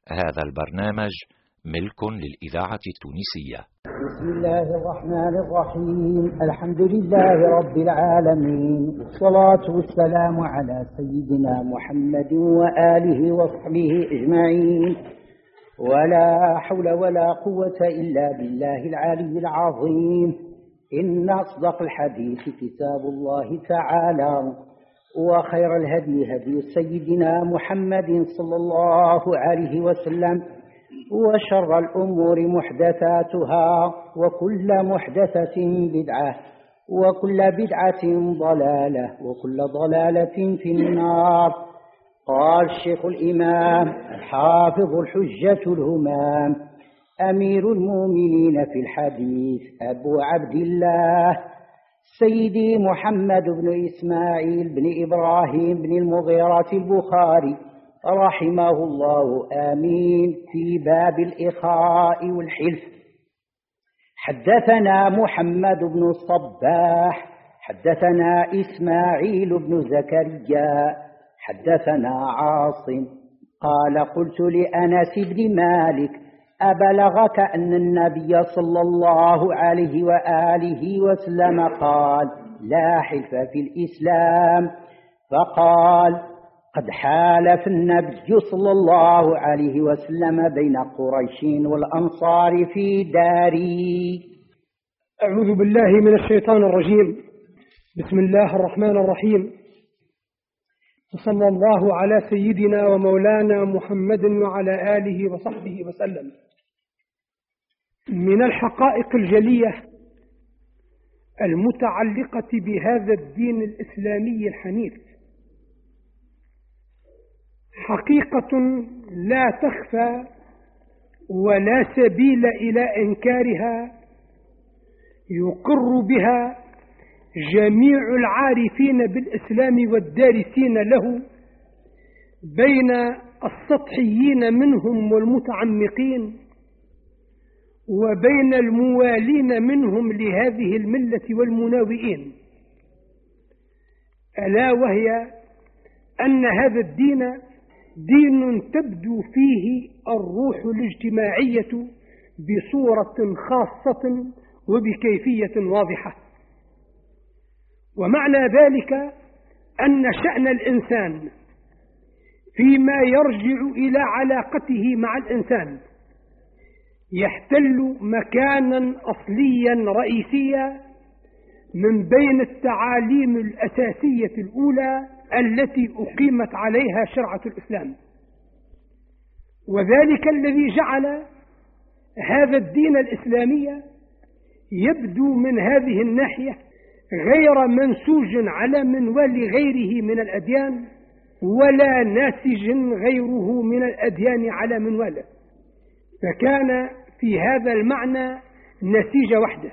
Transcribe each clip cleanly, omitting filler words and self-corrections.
هذا البرنامج ملك للإذاعة التونسية. بسم الله الرحمن الرحيم. الحمد لله رب العالمين، والصلاة والسلام على سيدنا محمد وآله وصحبه أجمعين، ولا حول ولا قوة إلا بالله العلي العظيم. إن أصدق الحديث كتاب الله تعالى، وخير الهدي هدي سيدنا محمد صلى الله عليه وسلم، وشر الأمور محدثاتها، وكل محدثة بدعة، وكل بدعة ضلالة، وكل ضلالة في النار. قال الشيخ الإمام الحافظ الحجة الهمام أمير المؤمنين في الحديث أبو عبد الله سيدي محمد بن إسماعيل بن إبراهيم بن المغيرة البخاري رحمه الله آمين، في باب الإخاء والحلف. حدثنا محمد بن الصباح حدثنا إسماعيل بن زكريا حدثنا عاصم قال قلت لأنس بن مالك أبلغك أن النبي صلى الله عليه وآله وسلم قال لا حلف في الإسلام؟ فقال قد حالف النبي صلى الله عليه وسلم بين قريش والأنصار في داري. أعوذ بالله من الشيطان الرجيم. بسم الله الرحمن الرحيم، وصلى الله على سيدنا ومولانا محمد وعلى آله وصحبه وسلم. من الحقائق الجلية المتعلقة بهذا الدين الإسلامي الحنيف حقيقة لا تخفى ولا سبيل إلى إنكارها، يقر بها جميع العارفين بالإسلام والدارسين له، بين السطحيين منهم والمتعمقين، وبين الموالين منهم لهذه الملة والمناوئين، ألا وهي أن هذا الدين دين تبدو فيه الروح الاجتماعية بصورة خاصة وبكيفية واضحة. ومعنى ذلك أن شأن الإنسان فيما يرجع إلى علاقته مع الإنسان يحتل مكانا أصليا رئيسيا من بين التعاليم الأساسية الأولى التي أقيمت عليها شرعة الإسلام، وذلك الذي جعل هذا الدين الإسلامي يبدو من هذه الناحية غير منسوج على منوال غيره من الأديان، ولا ناسج غيره من الأديان على منواله، فكان في هذا المعنى نسيج وحده.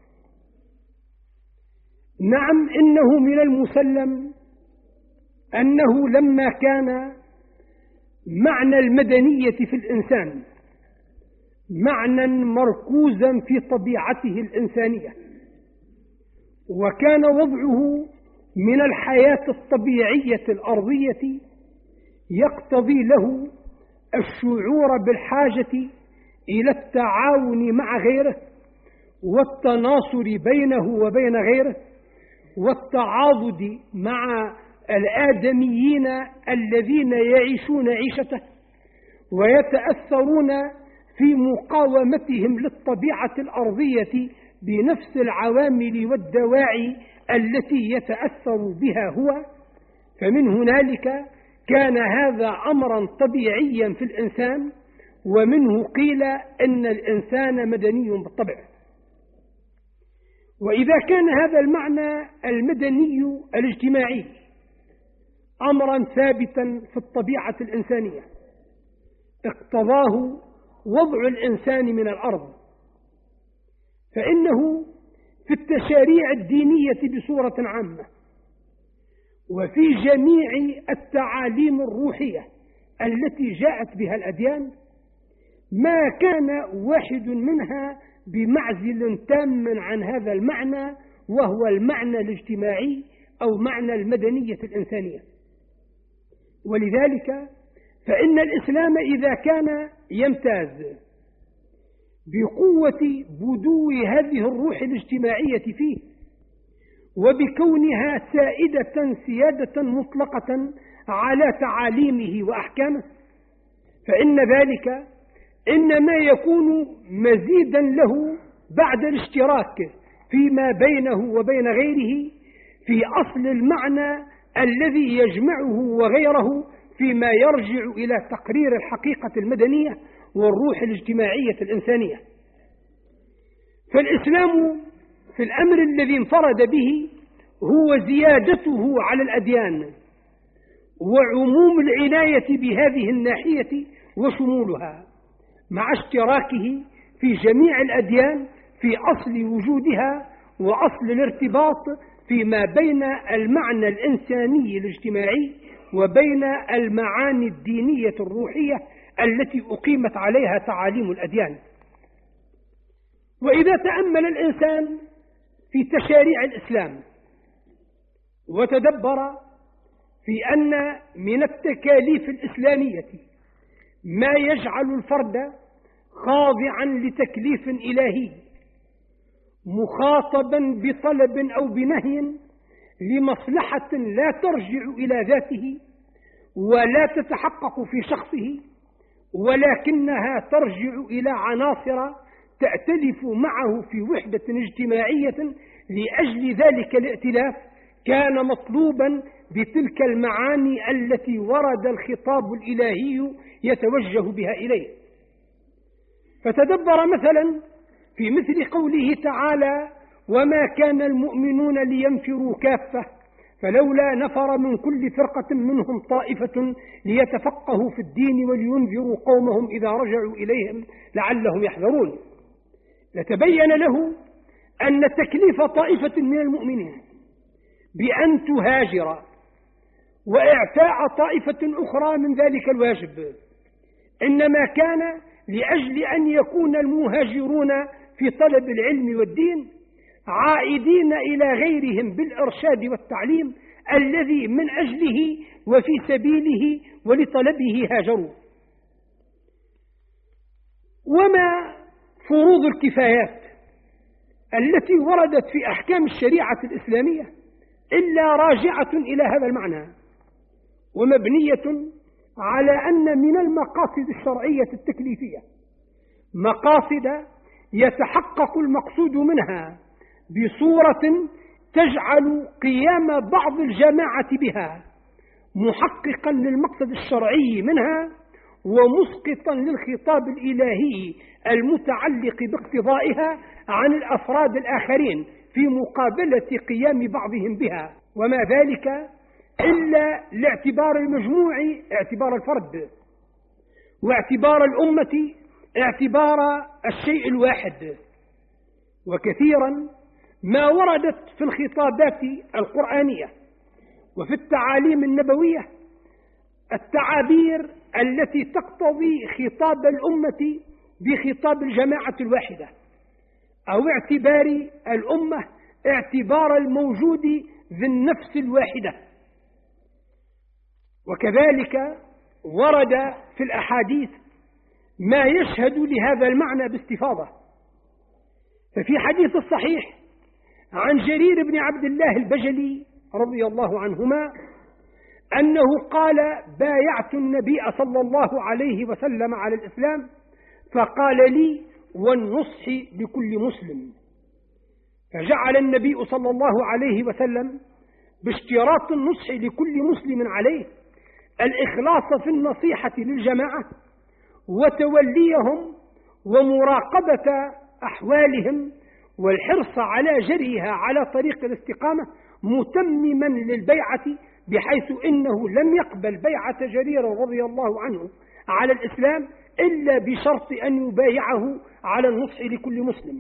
نعم، إنه من المسلم أنه لما كان معنى المدنية في الإنسان معنى مركوزا في طبيعته الإنسانية، وكان وضعه من الحياة الطبيعية الأرضية يقتضي له الشعور بالحاجة إلى التعاون مع غيره، والتناصر بينه وبين غيره، والتعاضد مع الآدميين الذين يعيشون عيشته ويتأثرون في مقاومتهم للطبيعة الأرضية بنفس العوامل والدواعي التي يتأثر بها هو. فمن هنالك كان هذا أمرا طبيعيا في الإنسان، ومنه قيل إن الإنسان مدني بالطبع. وإذا كان هذا المعنى المدني الاجتماعي أمرا ثابتا في الطبيعة الإنسانية اقتضاه وضع الإنسان من الأرض، فإنه في التشاريع الدينية بصورة عامة، وفي جميع التعاليم الروحية التي جاءت بها الأديان، ما كان واحد منها بمعزل تام عن هذا المعنى، وهو المعنى الاجتماعي أو معنى المدنية الإنسانية. ولذلك فإن الإسلام إذا كان يمتاز بقوة بدو هذه الروح الاجتماعية فيه وبكونها سائدة سيادة مطلقة على تعاليمه وأحكامه، فإن ذلك إنما يكون مزيدا له بعد الاشتراك فيما بينه وبين غيره في أصل المعنى الذي يجمعه وغيره فيما يرجع إلى تقرير الحقيقة المدنية والروح الاجتماعية الإنسانية. فالإسلام في الأمر الذي انفرد به هو زيادته على الأديان وعموم العناية بهذه الناحية وشمولها مع اشتراكه في جميع الأديان في أصل وجودها وأصل الارتباط فيما بين المعنى الإنساني الاجتماعي وبين المعاني الدينية الروحية التي أقيمت عليها تعاليم الأديان. وإذا تأمل الإنسان في تشاريع الإسلام وتدبر في أن من التكاليف الإسلامية ما يجعل الفرد خاضعا لتكليف إلهي مخاطبا بطلب أو بنهي لمصلحة لا ترجع إلى ذاته ولا تتحقق في شخصه، ولكنها ترجع إلى عناصر تأتلف معه في وحدة اجتماعية. لأجل ذلك الائتلاف كان مطلوبا بتلك المعاني التي ورد الخطاب الإلهي يتوجه بها إليه. فتدبر مثلا في مثل قوله تعالى: وما كان المؤمنون لينفروا كافة فلولا نفر من كل فرقة منهم طائفة ليتفقهوا في الدين ولينذروا قومهم إذا رجعوا إليهم لعلهم يحذرون. لتبين له أن تكليف طائفة من المؤمنين بأن تهاجر وإعفاء طائفة أخرى من ذلك الواجب إنما كان لأجل أن يكون المهاجرون في طلب العلم والدين عائدين إلى غيرهم بالإرشاد والتعليم الذي من أجله وفي سبيله ولطلبه هاجروا. وما فروض الكفايات التي وردت في أحكام الشريعة الإسلامية إلا راجعة إلى هذا المعنى ومبنية على أن من المقاصد الشرعية التكليفية مقاصد يتحقق المقصود منها بصورة تجعل قيام بعض الجماعة بها محققا للمقصد الشرعي منها ومسقطا للخطاب الإلهي المتعلق باقتضائها عن الأفراد الآخرين في مقابلة قيام بعضهم بها، وما ذلك إلا لاعتبار المجموع اعتبار الفرد واعتبار الأمة اعتبار الشيء الواحد. وكثيرا ما وردت في الخطابات القرآنية وفي التعاليم النبوية التعابير التي تقتضي خطاب الأمة بخطاب الجماعة الواحدة أو اعتبار الأمة اعتبار الموجود ذي النفس الواحدة. وكذلك ورد في الأحاديث ما يشهد لهذا المعنى باستفاضة. ففي حديث الصحيح عن جرير بن عبد الله البجلي رضي الله عنهما أنه قال: بايعت النبي صلى الله عليه وسلم على الإسلام فقال لي: والنصح لكل مسلم. فجعل النبي صلى الله عليه وسلم باشتراط النصح لكل مسلم عليه الإخلاص في النصيحة للجماعة وتوليهم ومراقبة أحوالهم والحرص على جريها على طريق الاستقامة متمما للبيعة، بحيث إنه لم يقبل بيعة جرير رضي الله عنه على الإسلام إلا بشرط أن يبايعه على النصح لكل مسلم.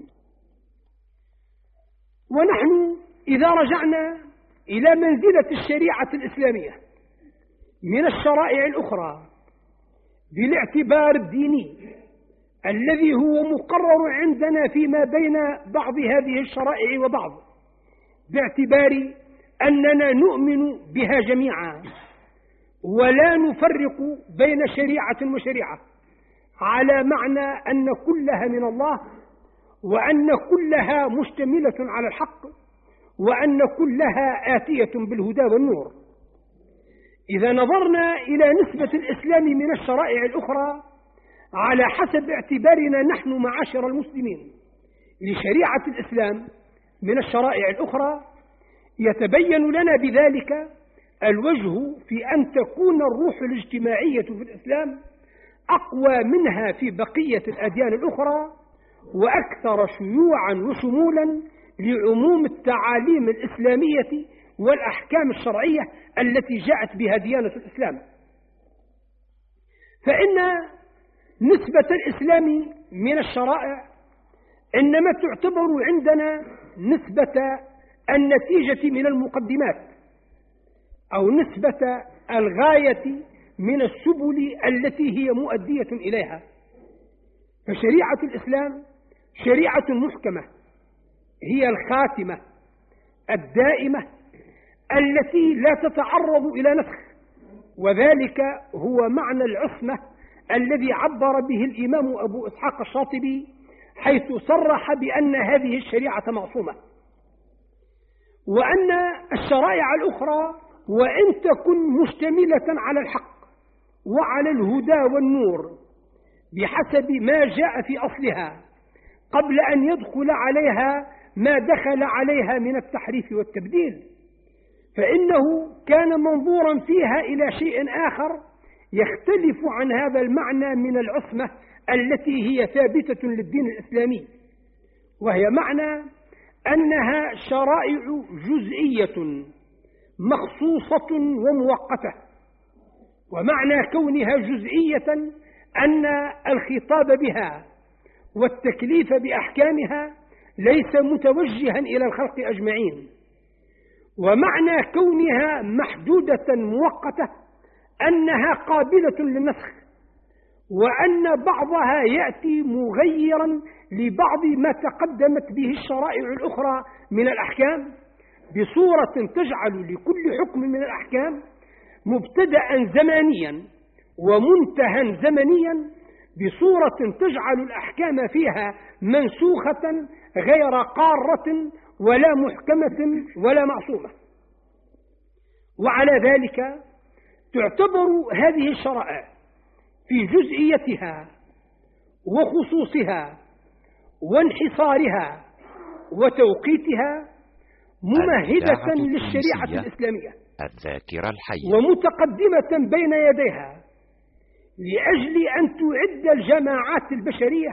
ونحن إذا رجعنا إلى منزلة الشريعة الإسلامية من الشرائع الأخرى بالاعتبار الديني الذي هو مقرر عندنا فيما بين بعض هذه الشرائع وبعض، باعتبار أننا نؤمن بها جميعا ولا نفرق بين شريعة وشريعة، على معنى أن كلها من الله، وأن كلها مشتملة على الحق، وأن كلها آتية بالهدى والنور. إذا نظرنا إلى نسبة الإسلام من الشرائع الأخرى على حسب اعتبارنا نحن معاشر المسلمين لشريعة الإسلام من الشرائع الأخرى، يتبين لنا بذلك الوجه في أن تكون الروح الاجتماعية في الإسلام أقوى منها في بقية الأديان الأخرى، وأكثر شيوعا وشمولا لعموم التعاليم الإسلامية والأحكام الشرعية التي جاءت بها ديانة الإسلام. فإن نسبة الإسلام من الشرائع إنما تعتبر عندنا نسبة النتيجة من المقدمات، أو نسبة الغاية من السبل التي هي مؤدية إليها. فشريعة الإسلام شريعة محكمة، هي الخاتمة الدائمة التي لا تتعرض إلى نسخ، وذلك هو معنى العصمة الذي عبر به الإمام أبو إسحاق الشاطبي حيث صرح بأن هذه الشريعة معصومة، وأن الشرائع الأخرى وإن تكن مشتملة على الحق وعلى الهدى والنور بحسب ما جاء في أصلها قبل أن يدخل عليها ما دخل عليها من التحريف والتبديل، فإنه كان منظورا فيها إلى شيء آخر يختلف عن هذا المعنى من العصمة التي هي ثابتة للدين الإسلامي، وهي معنى أنها شرائع جزئية مخصوصة ومؤقتة. ومعنى كونها جزئية أن الخطاب بها والتكليف بأحكامها ليس متوجها إلى الخلق أجمعين. ومعنى كونها محدودة مؤقتة أنها قابلة للنسخ، وأن بعضها يأتي مغيرا لبعض ما تقدمت به الشرائع الأخرى من الأحكام بصورة تجعل لكل حكم من الأحكام مبتدأ زمانيا ومنتهى زمنيا بصورة تجعل الأحكام فيها منسوخة غير قارة ولا محكمة ولا معصومة. وعلى ذلك تعتبر هذه الشرائع في جزئيتها وخصوصها وانحصارها وتوقيتها ممهدة للشريعة الإسلامية الذاكرة الحية ومتقدمة بين يديها لأجل أن تعد الجماعات البشرية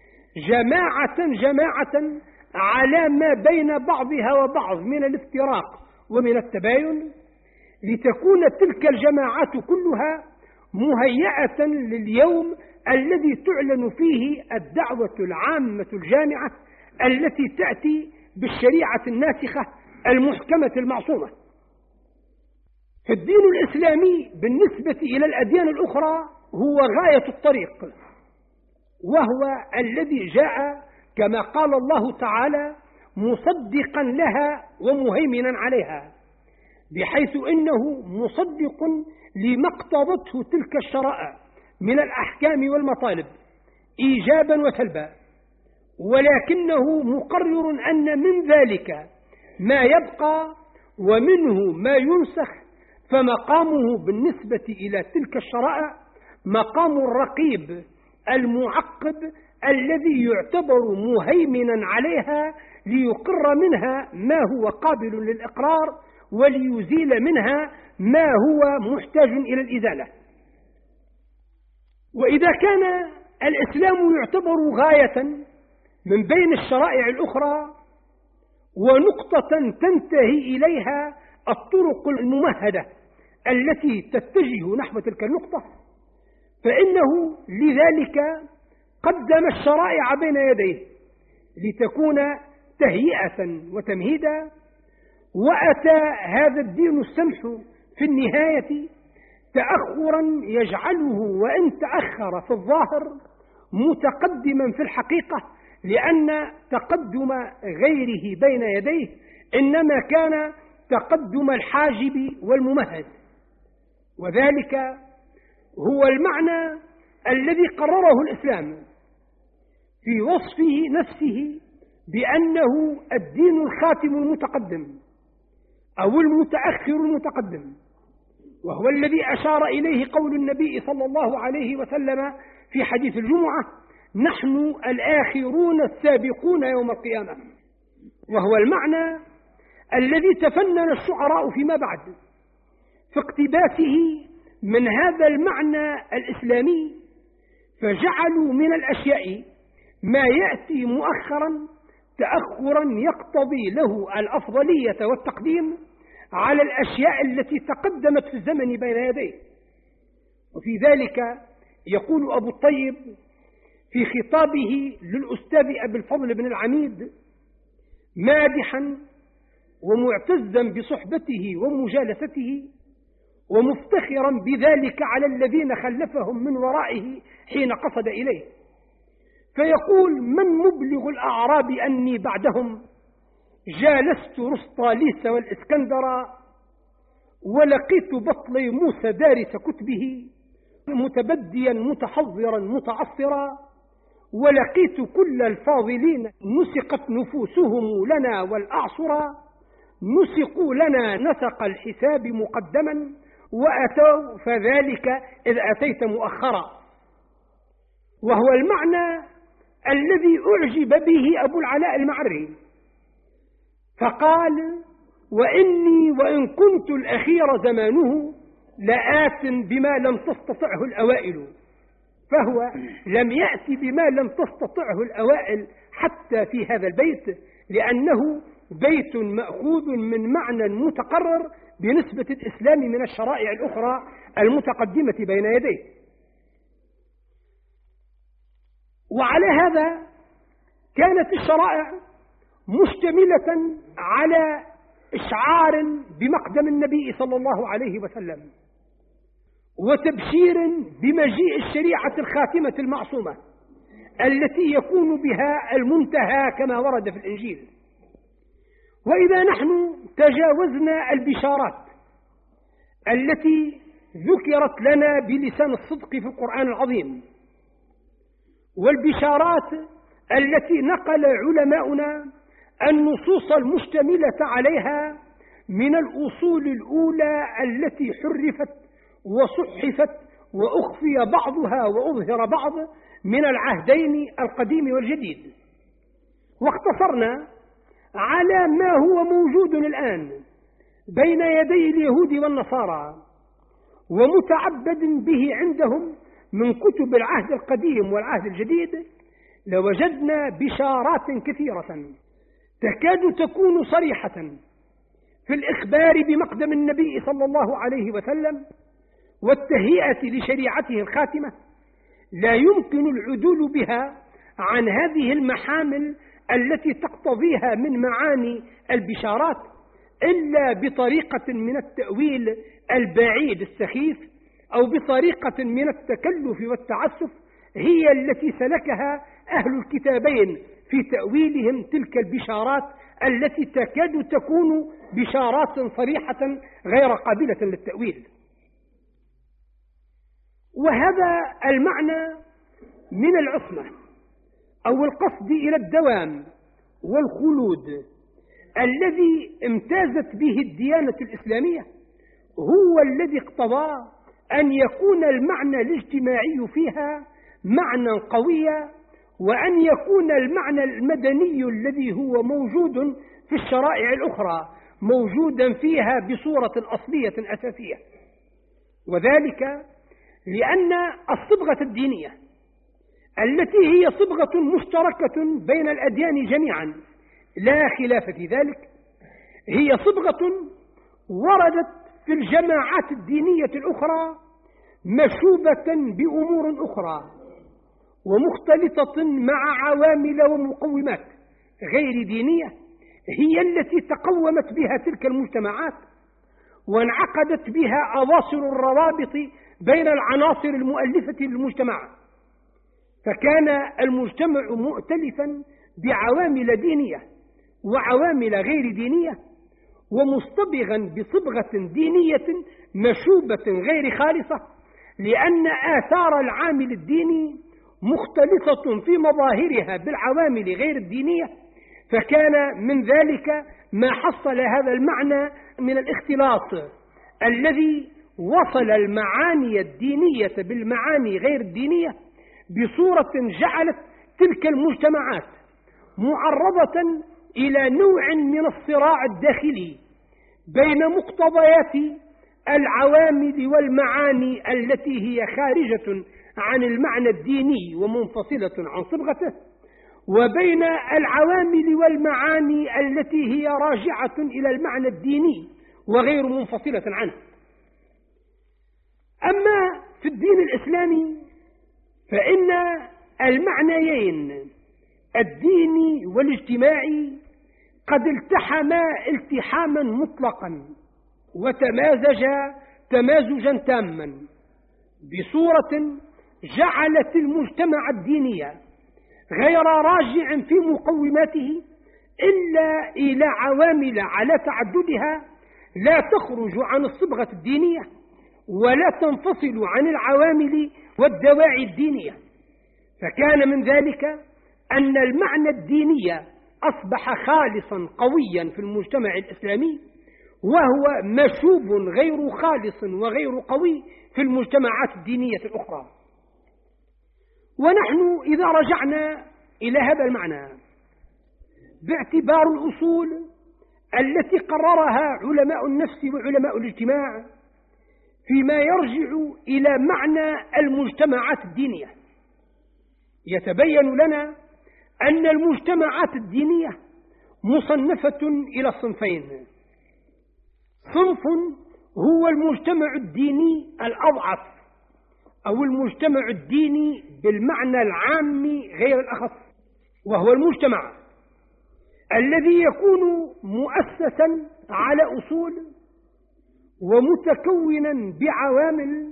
جماعة على ما بين بعضها وبعض من الافتراق ومن التباين، لتكون تلك الجماعات كلها مهيئة لليوم الذي تعلن فيه الدعوة العامة الجامعة التي تأتي بالشريعة الناسخة المحكمة المعصومة. فالدين الإسلامي بالنسبة إلى الأديان الأخرى هو غاية الطريق، وهو الذي جاء كما قال الله تعالى مصدقا لها ومهيمنا عليها، بحيث إنه مصدق لما اقتضته تلك الشرائع من الأحكام والمطالب إيجابا وسلبا، ولكنه مقرر أن من ذلك ما يبقى ومنه ما ينسخ، فمقامه بالنسبة إلى تلك الشرائع مقام الرقيب المعقب الذي يعتبر مهيمنا عليها ليقر منها ما هو قابل للإقرار وليزيل منها ما هو محتاج إلى الإزالة. وإذا كان الإسلام يعتبر غاية من بين الشرائع الأخرى ونقطة تنتهي إليها الطرق الممهدة التي تتجه نحو تلك النقطة، فإنه لذلك قدم الشرائع بين يديه لتكون تهيئة وتمهيدا. وأتى هذا الدين السمح في النهاية تأخرا يجعله وإن تأخر في الظاهر متقدما في الحقيقة، لأن تقدم غيره بين يديه إنما كان تقدم الحاجب والممهد. وذلك هو المعنى الذي قرره الإسلام في وصفه نفسه بأنه الدين الخاتم المتقدم أو المتأخر المتقدم، وهو الذي أشار إليه قول النبي صلى الله عليه وسلم في حديث الجمعة: نحن الآخرون السابقون يوم القيامة. وهو المعنى الذي تفنن الشعراء فيما بعد في اقتباسه من هذا المعنى الإسلامي، فجعلوا من الأشياء ما يأتي مؤخرا تأخرا يقتضي له الأفضلية والتقديم على الأشياء التي تقدمت في الزمن بين يديه. وفي ذلك يقول أبو الطيب في خطابه للأستاذ أبي الفضل بن العميد مادحا ومعتزا بصحبته ومجالسته ومفتخرا بذلك على الذين خلفهم من ورائه حين قصد إليه، فيقول: من مبلغ الأعراب أني بعدهم جالست رسطاليس والإسكندر، ولقيت بطلي موسى دارس كتبه، متبديا متحضرا متعصرا، ولقيت كل الفاضلين نسقت نفوسهم لنا والأعصرا، نسقوا لنا نسق الحساب مقدما، وأتوا فذلك إذ أتيت مؤخرا. وهو المعنى الذي أعجب به أبو العلاء المعري، فقال: وإني وإن كنت الأخير زمانه لآت بما لم تستطعه الأوائل. فهو لم يأتي بما لم تستطعه الأوائل حتى في هذا البيت، لأنه بيت مأخوذ من معنى متقرر بنسبة الإسلام من الشرائع الأخرى المتقدمة بين يديه. وعلى هذا كانت الشرائع مشتملة على إشعار بمقدم النبي صلى الله عليه وسلم، وتبشير بمجيء الشريعة الخاتمة المعصومة التي يكون بها المنتهى كما ورد في الإنجيل. وإذا نحن تجاوزنا البشارات التي ذكرت لنا بلسان الصدق في القرآن العظيم، والبشارات التي نقل علماؤنا النصوص المشتملة عليها من الأصول الأولى التي حرفت وصحفت وأخفي بعضها وأظهر بعض من العهدين القديم والجديد، واقتصرنا على ما هو موجود الآن بين يدي اليهود والنصارى ومتعبد به عندهم من كتب العهد القديم والعهد الجديد، لوجدنا بشارات كثيرة تكاد تكون صريحة في الإخبار بمقدم النبي صلى الله عليه وسلم والتهيئة لشريعته الخاتمة، لا يمكن العدول بها عن هذه المحامل التي تقتضيها من معاني البشارات إلا بطريقة من التأويل البعيد السخيف، أو بطريقة من التكلف والتعسف هي التي سلكها أهل الكتابين في تأويلهم تلك البشارات التي تكاد تكون بشارات صريحة غير قابلة للتأويل. وهذا المعنى من العصمة أو القصد إلى الدوام والخلود الذي امتازت به الديانة الإسلامية هو الذي اقتضى أن يكون المعنى الاجتماعي فيها معنى قويا، وأن يكون المعنى المدني الذي هو موجود في الشرائع الأخرى موجودا فيها بصورة أصلية أساسية. وذلك لأن الصبغة الدينية التي هي صبغة مشتركة بين الأديان جميعا لا خلاف في ذلك، هي صبغة وردت في الجماعات الدينية الأخرى مشوبة بأمور أخرى ومختلطة مع عوامل ومقومات غير دينية هي التي تقومت بها تلك المجتمعات وانعقدت بها أواصر الروابط بين العناصر المؤلفة للمجتمع، فكان المجتمع مؤتلفا بعوامل دينية وعوامل غير دينية، ومصطبغا بصبغة دينية مشوبة غير خالصة، لأن آثار العامل الديني مختلطة في مظاهرها بالعوامل غير الدينية، فكان من ذلك ما حصل هذا المعنى من الاختلاط الذي وصل المعاني الدينية بالمعاني غير الدينية بصورة جعلت تلك المجتمعات معرضة إلى نوع من الصراع الداخلي بين مقتضيات العوامل والمعاني التي هي خارجة عن المعنى الديني ومنفصلة عن صبغته، وبين العوامل والمعاني التي هي راجعة إلى المعنى الديني وغير منفصلة عنه. أما في الدين الإسلامي فإن المعنيين الديني والاجتماعي قد التحما التحاما مطلقا وتمازجا تمازجا تاما بصورة جعلت المجتمع الديني غير راجع في مقوماته إلا إلى عوامل على تعددها لا تخرج عن الصبغة الدينية ولا تنفصل عن العوامل والدواعي الدينية. فكان من ذلك أن المعنى الديني أصبح خالصا قويا في المجتمع الإسلامي، وهو مشوب غير خالص وغير قوي في المجتمعات الدينية الأخرى. ونحن إذا رجعنا إلى هذا المعنى باعتبار الأصول التي قررها علماء النفس وعلماء الاجتماع فيما يرجع إلى معنى المجتمعات الدينية، يتبين لنا أن المجتمعات الدينية مصنفة إلى صنفين. صنف هو المجتمع الديني الأضعف أو المجتمع الديني بالمعنى العام غير الأخص، وهو المجتمع الذي يكون مؤسسا على أصول ومتكونا بعوامل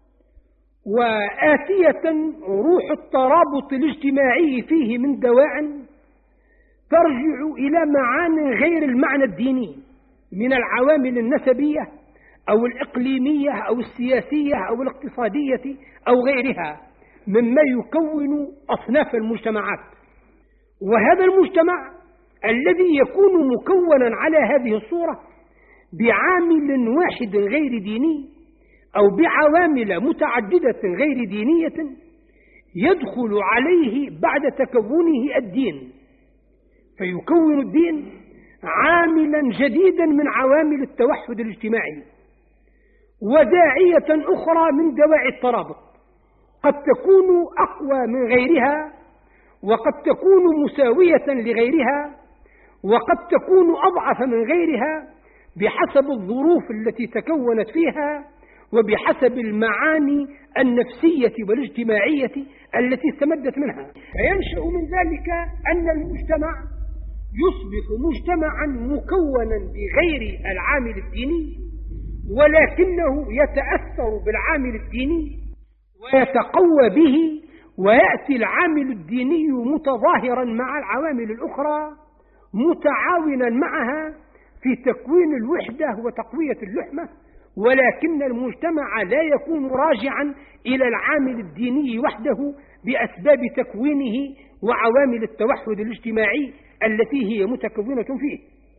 وآتية روح الترابط الاجتماعي فيه من دواع ترجع إلى معان غير المعنى الديني من العوامل النسبية أو الإقليمية أو السياسية أو الاقتصادية أو غيرها مما يكون أصناف المجتمعات. وهذا المجتمع الذي يكون مكونا على هذه الصورة بعامل واحد غير ديني أو بعوامل متعددة غير دينية يدخل عليه بعد تكونه الدين، فيكون الدين عاملا جديدا من عوامل التوحد الاجتماعي وداعية أخرى من دواعي الترابط، قد تكون أقوى من غيرها وقد تكون مساوية لغيرها وقد تكون أضعف من غيرها بحسب الظروف التي تكونت فيها وبحسب المعاني النفسية والاجتماعية التي استمدت منها. فينشأ من ذلك أن المجتمع يصبح مجتمعا مكونا بغير العامل الديني، ولكنه يتأثر بالعامل الديني ويتقوى به، ويأتي العامل الديني متظاهرا مع العوامل الأخرى متعاونا معها في تكوين الوحدة وتقوية اللحمة، ولكن المجتمع لا يكون راجعا إلى العامل الديني وحده بأسباب تكوينه وعوامل التوحد الاجتماعي التي هي متكونة فيه.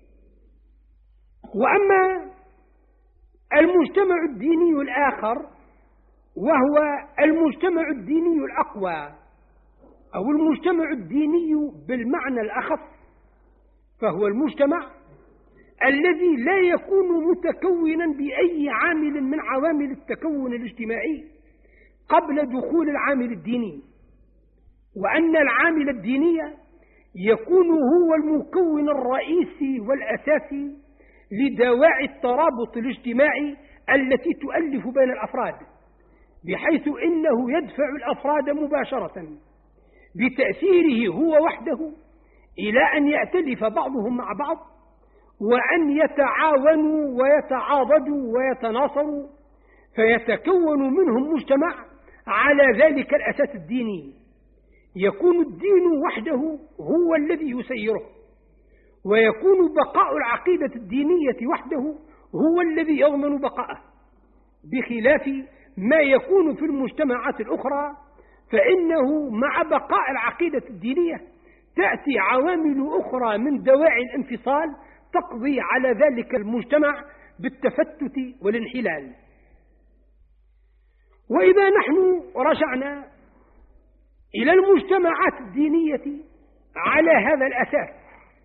وأما المجتمع الديني الآخر وهو المجتمع الديني الأقوى أو المجتمع الديني بالمعنى الأخص، فهو المجتمع الذي لا يكون متكونا بأي عامل من عوامل التكون الاجتماعي قبل دخول العامل الديني، وأن العامل الديني يكون هو المكون الرئيسي والأساسي لدواعي الترابط الاجتماعي التي تؤلف بين الأفراد، بحيث إنه يدفع الأفراد مباشرة بتأثيره هو وحده إلى أن يأتلف بعضهم مع بعض وأن يتعاونوا ويتعاضدوا ويتناصروا، فيتكون منهم مجتمع على ذلك الأساس الديني. يكون الدين وحده هو الذي يسيره، ويكون بقاء العقيدة الدينية وحده هو الذي يضمن بقاءه، بخلاف ما يكون في المجتمعات الأخرى، فإنه مع بقاء العقيدة الدينية تأتي عوامل أخرى من دواعي الانفصال تقضي على ذلك المجتمع بالتفتت والانحلال. وإذا نحن رجعنا إلى المجتمعات الدينية على هذا الأساس،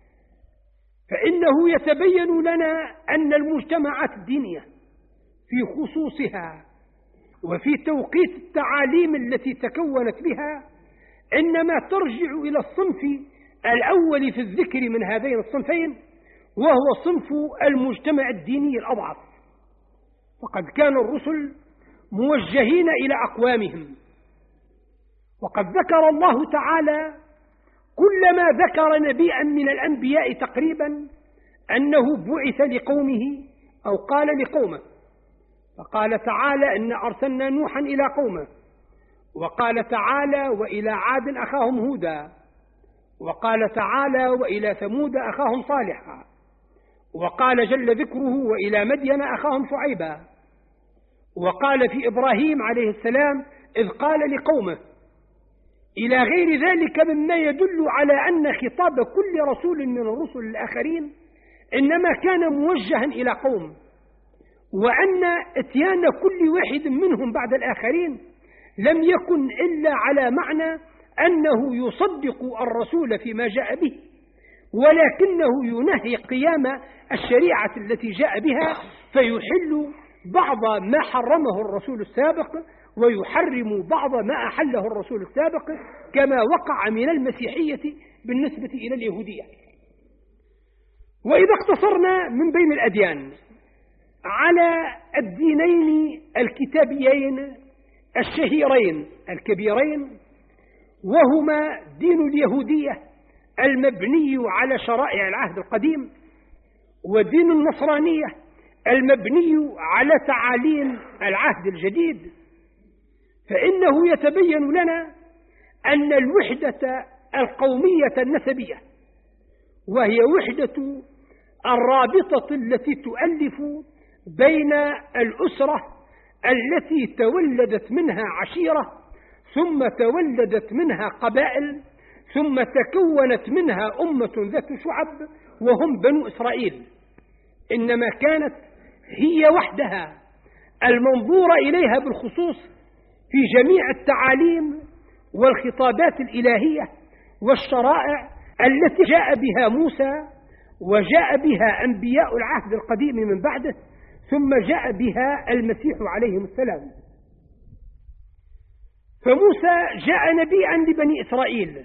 فإنه يتبين لنا أن المجتمعات الدينية في خصوصها وفي توقيت التعاليم التي تكونت بها إنما ترجع إلى الصنف الأول في الذكر من هذين الصنفين، وهو صنف المجتمع الديني الأضعف. وقد كان الرسل موجهين إلى أقوامهم، وقد ذكر الله تعالى كلما ذكر نبيا من الأنبياء تقريبا أنه بعث لقومه أو قال لقومه، فقال تعالى إن أرسلنا نوحا إلى قومه، وقال تعالى وإلى عاد أخاهم هودا، وقال تعالى وإلى ثمود أخاهم صالحا، وقال جل ذكره وإلى مدين أخاهم شعيبا، وقال في إبراهيم عليه السلام إذ قال لقومه، إلى غير ذلك مما يدل على أن خطاب كل رسول من الرسل الآخرين إنما كان موجها إلى قوم، وأن اتيان كل واحد منهم بعد الآخرين لم يكن إلا على معنى أنه يصدق الرسول فيما جاء به، ولكنه ينهي قيام الشريعة التي جاء بها، فيحل بعض ما حرمه الرسول السابق ويحرم بعض ما أحله الرسول السابق، كما وقع من المسيحية بالنسبة إلى اليهودية. وإذا اقتصرنا من بين الأديان على الدينين الكتابيين الشهيرين الكبيرين، وهما دين اليهودية المبني على شرائع العهد القديم، ودين النصرانية المبني على تعاليم العهد الجديد، فإنه يتبين لنا أن الوحدة القومية النسبية، وهي وحدة الرابطة التي تؤلف بين الأسرة التي تولدت منها عشيرة، ثم تولدت منها قبائل، ثم تكونت منها أمة ذات شعب وهم بنو إسرائيل، إنما كانت هي وحدها المنظور إليها بالخصوص في جميع التعاليم والخطابات الإلهية والشرائع التي جاء بها موسى وجاء بها أنبياء العهد القديم من بعده، ثم جاء بها المسيح عليه السلام. فموسى جاء نبيا لبني إسرائيل،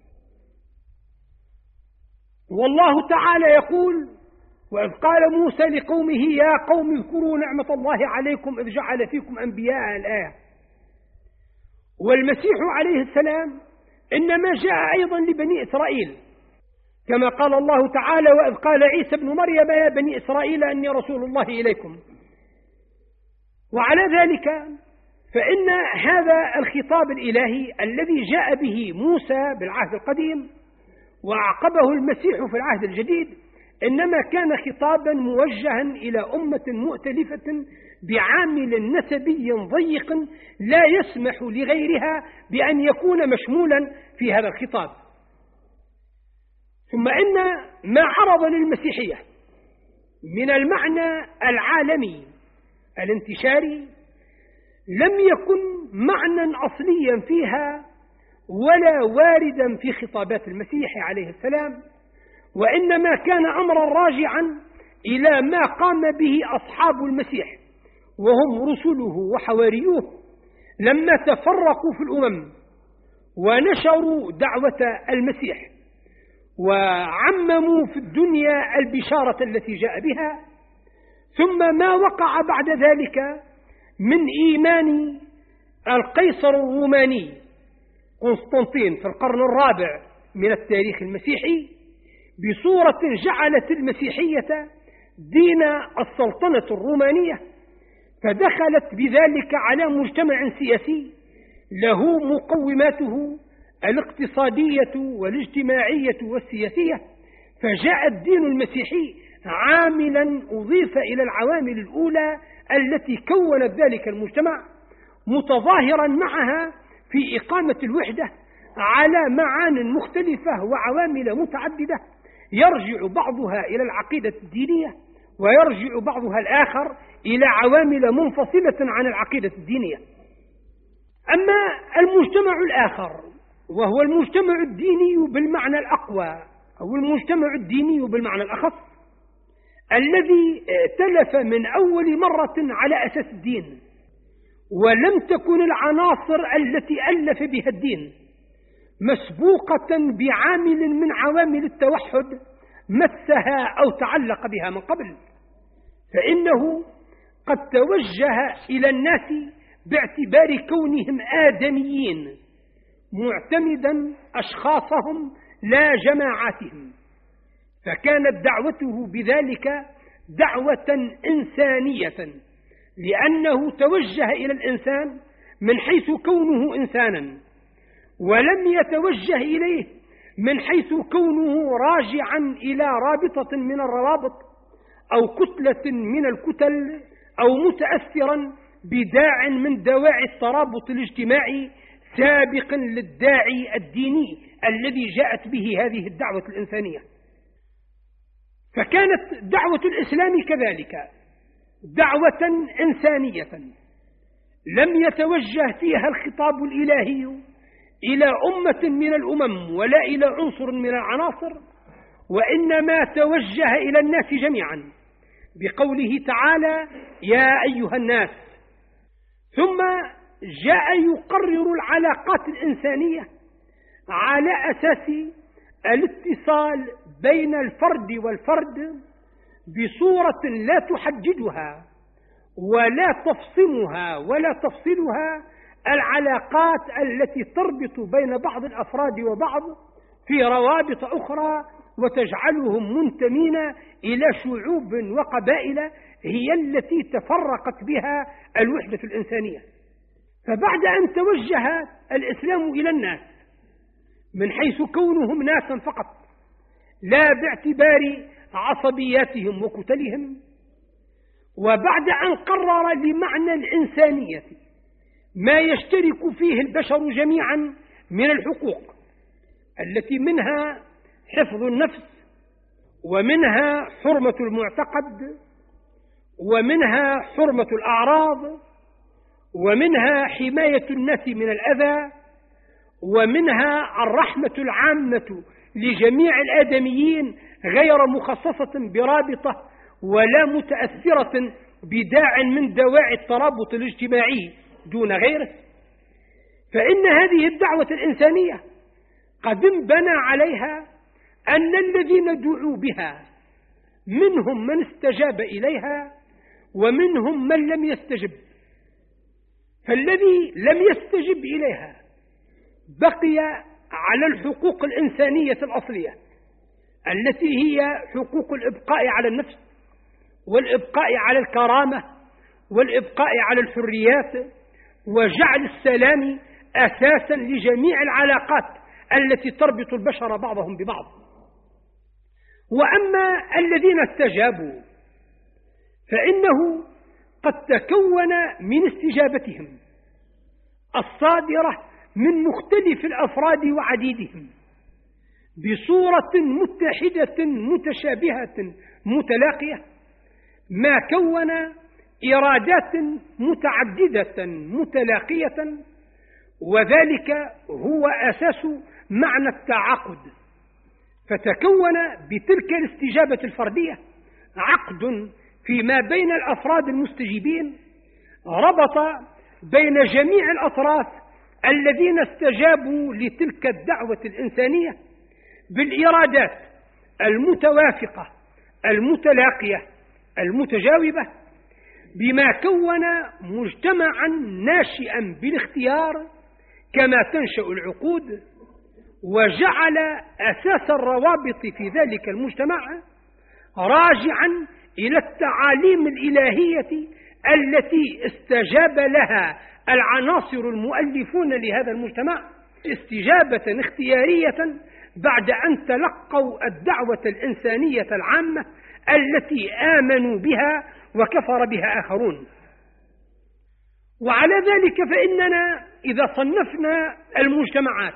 والله تعالى يقول وإذ قال موسى لقومه يا قوم اذكروا نعمة الله عليكم إذ جعل فيكم أنبياء الآية. والمسيح عليه السلام إنما جاء أيضا لبني إسرائيل، كما قال الله تعالى وإذ قال عيسى ابن مريم يا بني إسرائيل أني رسول الله إليكم. وعلى ذلك فإن هذا الخطاب الإلهي الذي جاء به موسى بالعهد القديم وأعقبه المسيح في العهد الجديد إنما كان خطابا موجها إلى أمة مؤتلفة بعامل نسبي ضيق لا يسمح لغيرها بأن يكون مشمولا في هذا الخطاب. ثم إن ما عرض للمسيحية من المعنى العالمي الانتشاري لم يكن معنى أصليا فيها ولا واردا في خطابات المسيح عليه السلام، وإنما كان أمرا راجعا إلى ما قام به أصحاب المسيح وهم رسله وحواريوه لما تفرقوا في الأمم ونشروا دعوة المسيح وعمموا في الدنيا البشارة التي جاء بها، ثم ما وقع بعد ذلك من إيمان القيصر الروماني قسطنطين في القرن الرابع من التاريخ المسيحي بصورة جعلت المسيحية دين السلطنة الرومانية، فدخلت بذلك على مجتمع سياسي له مقوماته الاقتصادية والاجتماعية والسياسية، فجاء الدين المسيحي عاملا أضيف إلى العوامل الأولى التي كونت ذلك المجتمع، متظاهرا معها في إقامة الوحدة على معان مختلفة وعوامل متعددة، يرجع بعضها إلى العقيدة الدينية ويرجع بعضها الآخر إلى عوامل منفصلة عن العقيدة الدينية. أما المجتمع الآخر وهو المجتمع الديني بالمعنى الأقوى أو المجتمع الديني بالمعنى الأخص، الذي ائتلف من أول مرة على أساس الدين، ولم تكن العناصر التي ألف بها الدين مسبوقة بعامل من عوامل التوحد مسها أو تعلق بها من قبل، فإنه قد توجه إلى الناس باعتبار كونهم آدميين، معتمدا أشخاصهم لا جماعاتهم، فكانت دعوته بذلك دعوة إنسانية، لأنه توجه إلى الإنسان من حيث كونه إنسانا، ولم يتوجه إليه من حيث كونه راجعا إلى رابطة من الروابط أو كتلة من الكتل أو متأثرا بداع من دواعي الترابط الاجتماعي سابق للداعي الديني الذي جاءت به هذه الدعوة الإنسانية. فكانت دعوة الإسلام كذلك دعوة إنسانية لم يتوجه فيها الخطاب الإلهي إلى أمة من الأمم ولا إلى عنصر من العناصر، وإنما توجه إلى الناس جميعا بقوله تعالى: يا أيها الناس. ثم جاء يقرر العلاقات الإنسانية على أساس الاتصال بين الفرد والفرد بصورة لا تحددها ولا تفصمها ولا تفصلها العلاقات التي تربط بين بعض الأفراد وبعض في روابط أخرى وتجعلهم منتمين إلى شعوب وقبائل هي التي تفرقت بها الوحدة الإنسانية. فبعد أن توجه الإسلام إلى الناس من حيث كونهم ناسا فقط لا باعتبار عصبياتهم وكتلهم، وبعد أن قرر لمعنى الإنسانية ما يشترك فيه البشر جميعا من الحقوق التي منها حفظ النفس، ومنها حرمة المعتقد، ومنها حرمة الأعراض، ومنها حماية الناس من الأذى، ومنها الرحمة العامة لجميع الآدميين غير مخصصة برابطة ولا متأثرة بداع من دواعي الترابط الاجتماعي دون غيره. فإن هذه الدعوة الإنسانية قد انبنى عليها أن الذين دعوا بها منهم من استجاب إليها ومنهم من لم يستجب، فالذي لم يستجب إليها بقي على الحقوق الإنسانية الأصلية التي هي حقوق الإبقاء على النفس والإبقاء على الكرامة والإبقاء على الحريات وجعل السلام أساسا لجميع العلاقات التي تربط البشر بعضهم ببعض. وأما الذين استجابوا فإنه قد تكون من استجابتهم الصادرة من مختلف الأفراد وعديدهم بصورة متحدة متشابهة متلاقية ما كون إرادات متعددة متلاقية، وذلك هو أساس معنى التعاقد. فتكون بتلك الاستجابة الفردية عقد فيما بين الأفراد المستجيبين ربط بين جميع الأطراف الذين استجابوا لتلك الدعوة الإنسانية بالإرادات المتوافقة المتلاقية المتجاوبة، بما كون مجتمعا ناشئا بالاختيار كما تنشأ العقود، وجعل أساس الروابط في ذلك المجتمع راجعا إلى التعاليم الإلهية التي استجاب لها العناصر المؤلفون لهذا المجتمع استجابة اختيارية بعد أن تلقوا الدعوة الإنسانية العامة التي آمنوا بها وكفر بها آخرون. وعلى ذلك فإننا إذا صنفنا المجتمعات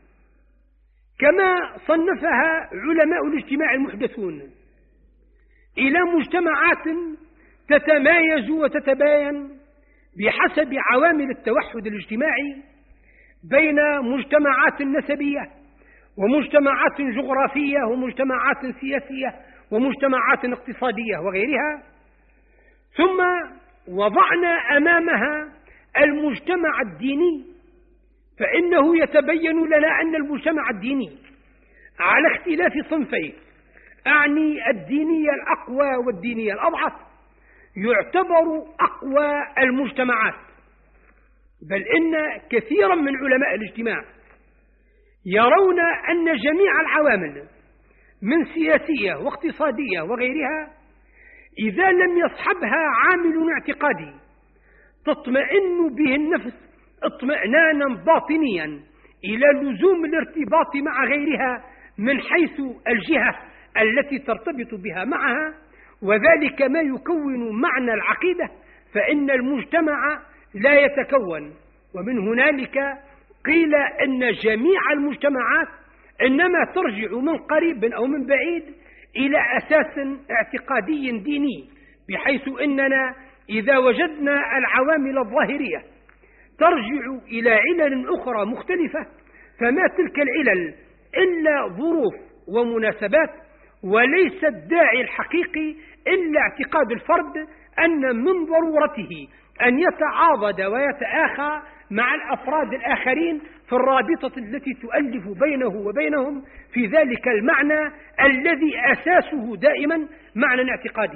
كما صنفها علماء الاجتماع المحدثون إلى مجتمعات تتمايز وتتباين بحسب عوامل التوحد الاجتماعي بين مجتمعات نسبية ومجتمعات جغرافية ومجتمعات سياسية ومجتمعات اقتصادية وغيرها، ثم وضعنا أمامها المجتمع الديني، فإنه يتبين لنا أن المجتمع الديني على اختلاف صنفين، أعني الدينية الأقوى والدينية الأضعف، يعتبر أقوى المجتمعات، بل إن كثيرا من علماء الاجتماع يرون أن جميع العوامل من سياسية واقتصادية وغيرها إذا لم يصحبها عامل اعتقادي تطمئن به النفس اطمئنانا باطنيا إلى لزوم الارتباط مع غيرها من حيث الجهة التي ترتبط بها معها، وذلك ما يكون معنى العقيدة، فإن المجتمع لا يتكون. ومن هنالك قيل أن جميع المجتمعات إنما ترجع من قريب أو من بعيد إلى أساس اعتقادي ديني، بحيث إننا إذا وجدنا العوامل الظاهرية ترجع إلى علل أخرى مختلفة، فما تلك العلل إلا ظروف ومناسبات، وليس الداعي الحقيقي إلا اعتقاد الفرد أن من ضرورته أن يتعاضد ويتآخى مع الأفراد الآخرين في الرابطة التي تؤلف بينه وبينهم في ذلك المعنى الذي أساسه دائما معنى اعتقادي.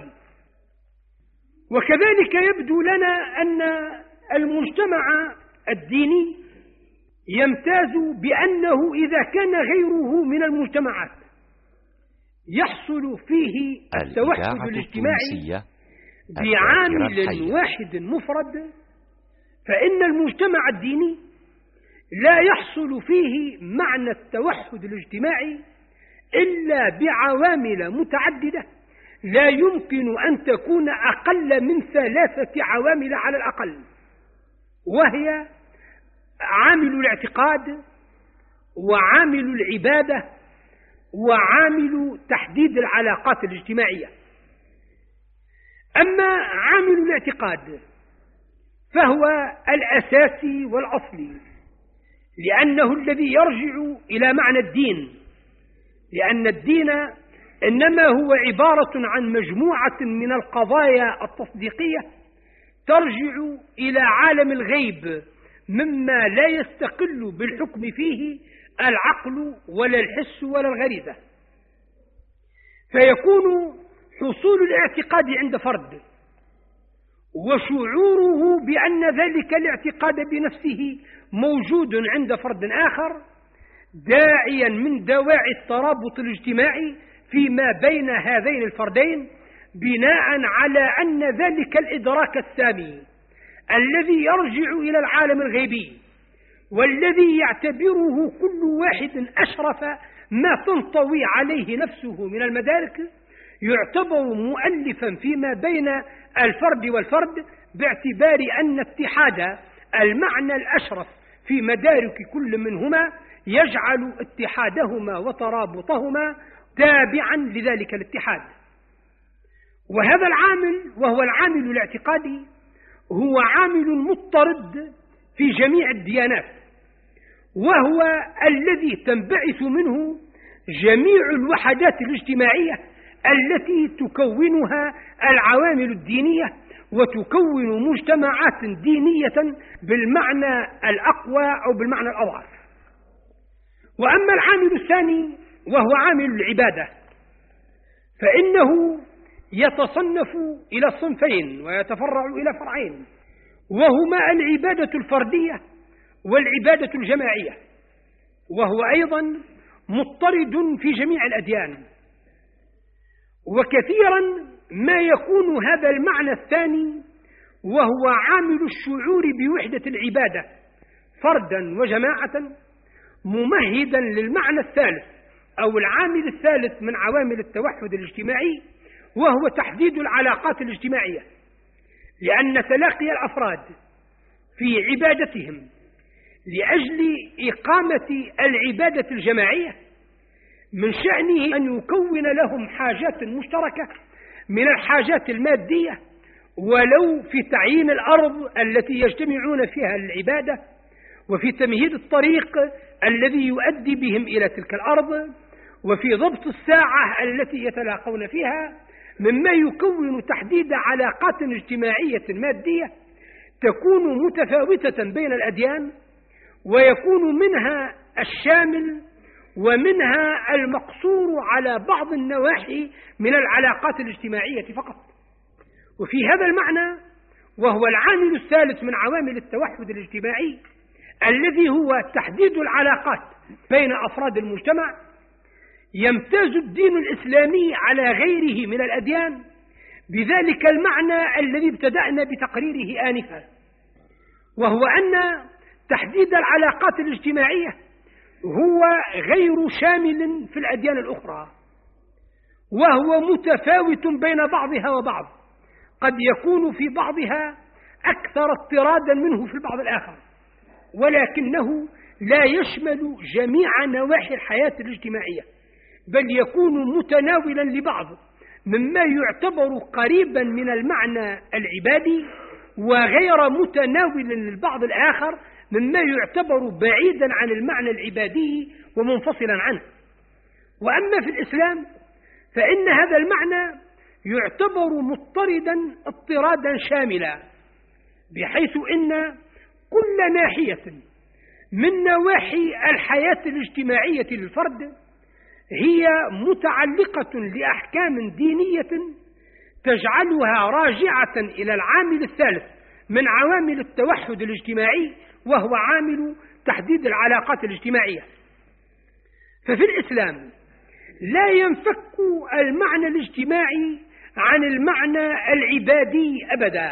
وكذلك يبدو لنا أن المجتمع الديني يمتاز بأنه إذا كان غيره من المجتمعات يحصل فيه التوحد الاجتماعي بعامل واحد مفرد، فإن المجتمع الديني لا يحصل فيه معنى التوحد الاجتماعي إلا بعوامل متعددة لا يمكن أن تكون أقل من 3 عوامل على الأقل، وهي عامل الاعتقاد وعامل العبادة وعامل تحديد العلاقات الاجتماعية. أما عامل الاعتقاد فهو الأساسي والأصلي، لأنه الذي يرجع إلى معنى الدين، لأن الدين إنما هو عبارة عن مجموعة من القضايا التصديقية ترجع إلى عالم الغيب مما لا يستقل بالحكم فيه العقل ولا الحس ولا الغريزة، فيكون حصول الاعتقاد عند فرد وشعوره بأن ذلك الاعتقاد بنفسه موجود عند فرد آخر داعيا من دواعي الترابط الاجتماعي فيما بين هذين الفردين، بناء على أن ذلك الإدراك السامي الذي يرجع إلى العالم الغيبي والذي يعتبره كل واحد أشرف ما تنطوي عليه نفسه من المدارك يعتبر مؤلفا فيما بين الفرد والفرد، باعتبار أن اتحاد المعنى الأشرف في مدارك كل منهما يجعل اتحادهما وترابطهما تابعا لذلك الاتحاد. وهذا العامل وهو العامل الاعتقادي هو عامل مضطرد في جميع الديانات، وهو الذي تنبعث منه جميع الوحدات الاجتماعية التي تكونها العوامل الدينية وتكون مجتمعات دينية بالمعنى الأقوى أو بالمعنى الأضعف. وأما العامل الثاني وهو عامل العبادة فإنه يتصنف إلى صنفين ويتفرع إلى فرعين، وهما العبادة الفردية والعبادة الجماعية، وهو أيضا مضطرد في جميع الأديان. وكثيرا ما يكون هذا المعنى الثاني وهو عامل الشعور بوحدة العبادة فردا وجماعة ممهدا للمعنى الثالث أو العامل الثالث من عوامل التوحد الاجتماعي وهو تحديد العلاقات الاجتماعية، لأن تلاقي الأفراد في عبادتهم لأجل إقامة العبادة الجماعية من شأنه أن يكون لهم حاجات مشتركة من الحاجات المادية، ولو في تعيين الأرض التي يجتمعون فيها للعبادة، وفي تمهيد الطريق الذي يؤدي بهم إلى تلك الأرض، وفي ضبط الساعة التي يتلاقون فيها، مما يكون تحديد علاقات اجتماعية مادية تكون متفاوتة بين الأديان، ويكون منها الشامل ومنها المقصور على بعض النواحي من العلاقات الاجتماعية فقط. وفي هذا المعنى، وهو العامل الثالث من عوامل التوحد الاجتماعي الذي هو تحديد العلاقات بين أفراد المجتمع، يمتاز الدين الإسلامي على غيره من الأديان بذلك المعنى الذي ابتدأنا بتقريره آنفا، وهو أن تحديد العلاقات الاجتماعية هو غير شامل في الأديان الأخرى، وهو متفاوت بين بعضها وبعض، قد يكون في بعضها أكثر اضطرادا منه في البعض الآخر، ولكنه لا يشمل جميع نواحي الحياة الاجتماعية، بل يكون متناولا لبعض مما يعتبر قريبا من المعنى العبادي، وغير متناول للبعض الآخر مما يعتبر بعيدا عن المعنى العبادي ومنفصلا عنه. وأما في الإسلام فإن هذا المعنى يعتبر مضطردا اضطرادا شاملا، بحيث إن كل ناحية من نواحي الحياة الاجتماعية للفرد هي متعلقة لأحكام دينية تجعلها راجعة إلى العامل الثالث من عوامل التوحد الاجتماعي، وهو عامل تحديد العلاقات الاجتماعية. ففي الإسلام لا ينفك المعنى الاجتماعي عن المعنى العبادي أبدا،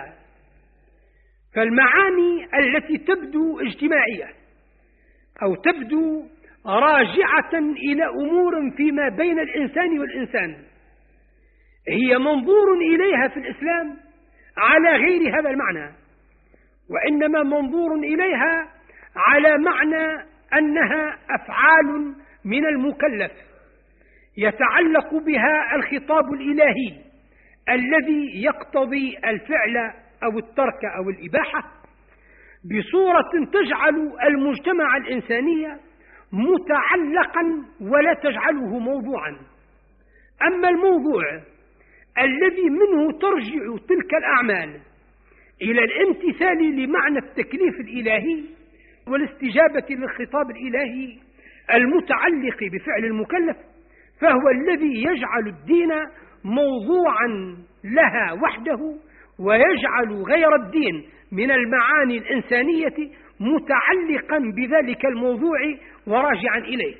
فالمعاني التي تبدو اجتماعية أو تبدو راجعة إلى أمور فيما بين الإنسان والإنسان هي منظور إليها في الإسلام على غير هذا المعنى، وإنما منظور إليها على معنى أنها أفعال من المكلف يتعلق بها الخطاب الإلهي الذي يقتضي الفعل أو الترك أو الإباحة بصورة تجعل المجتمع الإنساني متعلقا ولا تجعله موضوعا. أما الموضوع الذي منه ترجع تلك الأعمال إلى الامتثال لمعنى التكليف الإلهي والاستجابة للخطاب الإلهي المتعلق بفعل المكلف، فهو الذي يجعل الدين موضوعا لها وحده، ويجعل غير الدين من المعاني الإنسانية متعلقا بذلك الموضوع وراجعا إليه.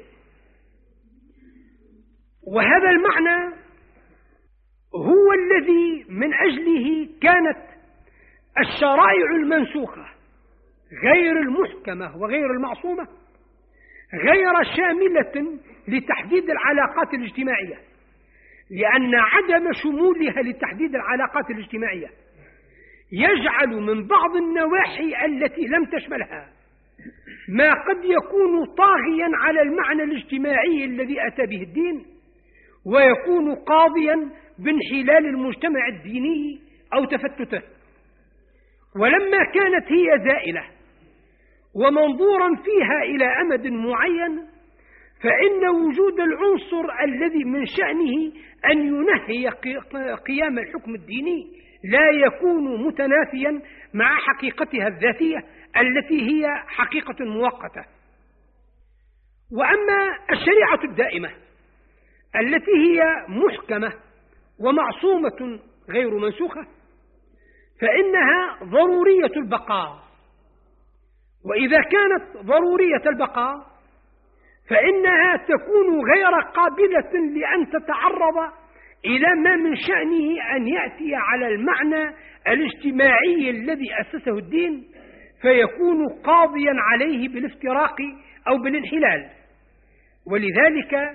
وهذا المعنى هو الذي من أجله كانت الشرائع المنسوخة غير المحكمة وغير المعصومة غير شاملة لتحديد العلاقات الاجتماعية، لأن عدم شمولها لتحديد العلاقات الاجتماعية يجعل من بعض النواحي التي لم تشملها ما قد يكون طاغيا على المعنى الاجتماعي الذي أتى به الدين، ويكون قاضيا بانحلال المجتمع الديني أو تفتته. ولما كانت هي زائلة ومنظورا فيها إلى أمد معين، فإن وجود العنصر الذي من شأنه أن ينهي قيام الحكم الديني لا يكون متنافيا مع حقيقتها الذاتية التي هي حقيقة مؤقتة. وأما الشريعة الدائمة التي هي محكمة ومعصومة غير منسوخة فإنها ضرورية البقاء، وإذا كانت ضرورية البقاء فإنها تكون غير قابلة لأن تتعرض إلى ما من شأنه أن يأتي على المعنى الاجتماعي الذي أسسه الدين فيكون قاضيا عليه بالافتراق أو بالانحلال. ولذلك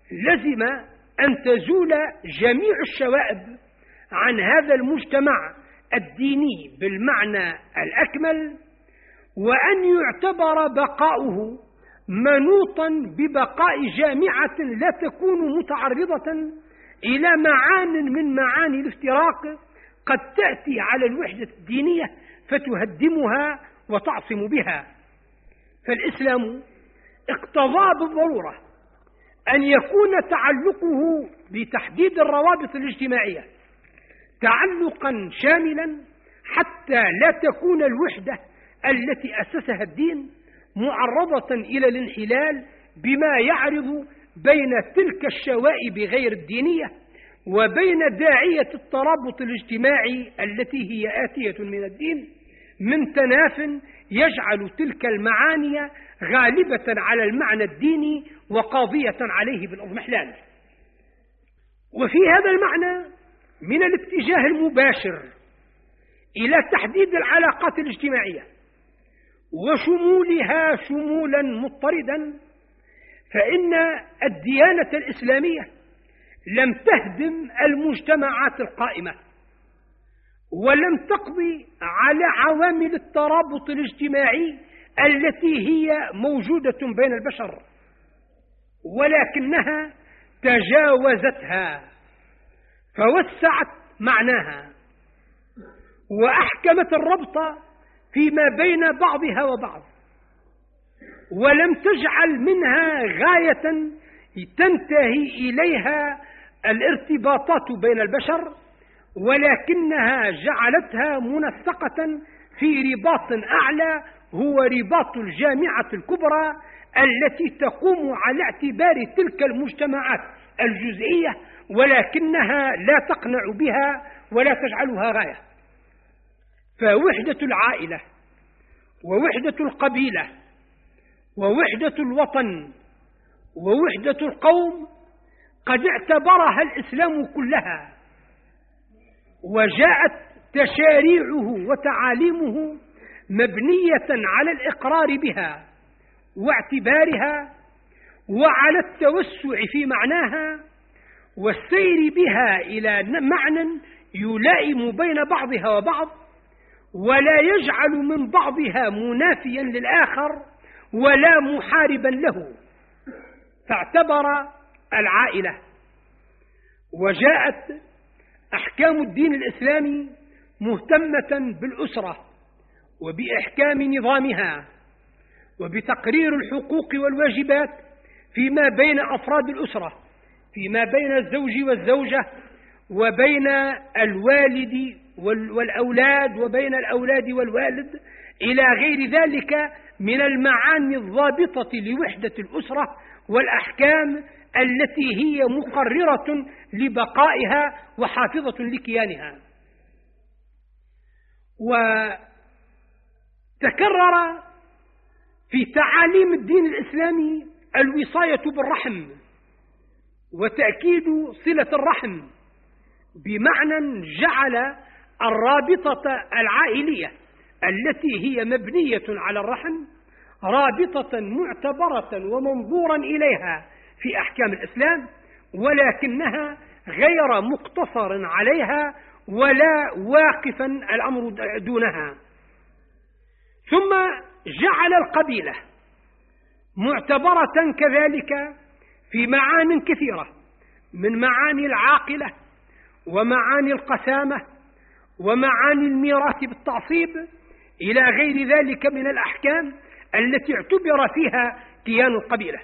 لزم أن تزول جميع الشوائب عن هذا المجتمع الديني بالمعنى الأكمل، وأن يعتبر بقاؤه منوطا ببقاء جامعة لا تكون متعرضة إلى معان من معاني الافتراق قد تأتي على الوحدة الدينية فتهدمها وتعصم بها. فالإسلام اقتضى بالضرورة أن يكون تعلقه بتحديد الروابط الاجتماعية تعلقا شاملا حتى لا تكون الوحدة التي أسسها الدين معرضة إلى الانحلال بما يعرض بين تلك الشوائب غير الدينية وبين داعية الترابط الاجتماعي التي هي آتية من الدين من تناف يجعل تلك المعاني غالبة على المعنى الديني وقاضية عليه بالإضمحلال. وفي هذا المعنى من الاتجاه المباشر إلى تحديد العلاقات الاجتماعية وشمولها شمولا مضطردا، فإن الديانة الإسلامية لم تهدم المجتمعات القائمة ولم تقضي على عوامل الترابط الاجتماعي التي هي موجودة بين البشر، ولكنها تجاوزتها فوسعت معناها وأحكمت الربط فيما بين بعضها وبعض، ولم تجعل منها غاية تنتهي إليها الارتباطات بين البشر، ولكنها جعلتها منسقة في رباط أعلى هو رباط الجامعة الكبرى التي تقوم على اعتبار تلك المجتمعات الجزئية ولكنها لا تقنع بها ولا تجعلها غاية. فوحدة العائلة ووحدة القبيلة ووحدة الوطن ووحدة القوم قد اعتبرها الإسلام كلها، وجاءت تشاريعه وتعاليمه مبنية على الإقرار بها واعتبارها وعلى التوسع في معناها والسير بها إلى معنى يلائم بين بعضها وبعض ولا يجعل من بعضها منافيا للآخر ولا محاربا له. فاعتبر العائلة وجاءت أحكام الدين الإسلامي مهتمة بالأسرة وبإحكام نظامها وبتقرير الحقوق والواجبات فيما بين أفراد الأسرة، فيما بين الزوج والزوجة وبين الوالد والأولاد وبين الأولاد والوالد إلى غير ذلك من المعاني الضابطة لوحدة الأسرة والأحكام التي هي مقررة لبقائها وحافظة لكيانها. وتكرر في تعاليم الدين الإسلامي الوصاية بالرحم وتأكيد صلة الرحم بمعنى جعل الرابطة العائلية التي هي مبنية على الرحم رابطة معتبرة ومنظورا إليها في أحكام الإسلام، ولكنها غير مقتصر عليها ولا واقفا الأمر دونها. ثم جعل القبيلة معتبرة كذلك في معان كثيرة من معاني العاقلة ومعاني القسامة ومعاني الميراث بالتعصيب إلى غير ذلك من الأحكام التي اعتبر فيها كيان القبيلة.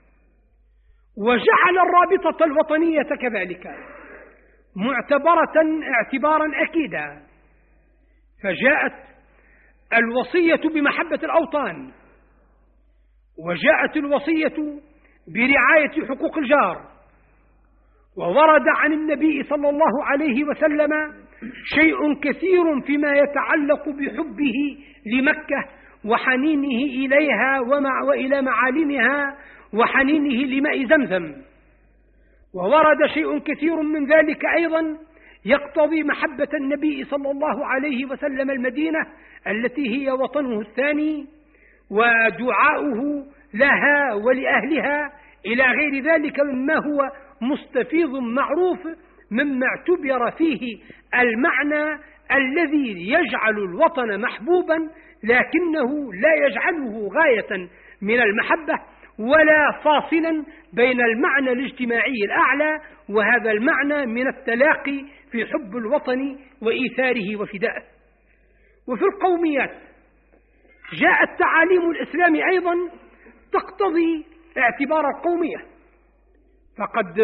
وجعل الرابطة الوطنية كذلك معتبرة اعتبارا أكيدا، فجاءت الوصية بمحبة الأوطان، وجاءت الوصية برعاية حقوق الجار، وورد عن النبي صلى الله عليه وسلم شيء كثير فيما يتعلق بحبه لمكة وحنينه إليها وإلى معالمها وحنينه لماء زمزم، وورد شيء كثير من ذلك أيضا يقتضي محبة النبي صلى الله عليه وسلم المدينة التي هي وطنه الثاني ودعاؤه لها ولأهلها إلى غير ذلك مما هو مستفيض معروف مما اعتبر فيه المعنى الذي يجعل الوطن محبوبا لكنه لا يجعله غاية من المحبة ولا فاصلا بين المعنى الاجتماعي الأعلى وهذا المعنى من التلاقي في حب الوطن وإيثاره وفدائه. وفي القوميات جاءت تعاليم الإسلام أيضا تقتضي اعتبار القومية، فقد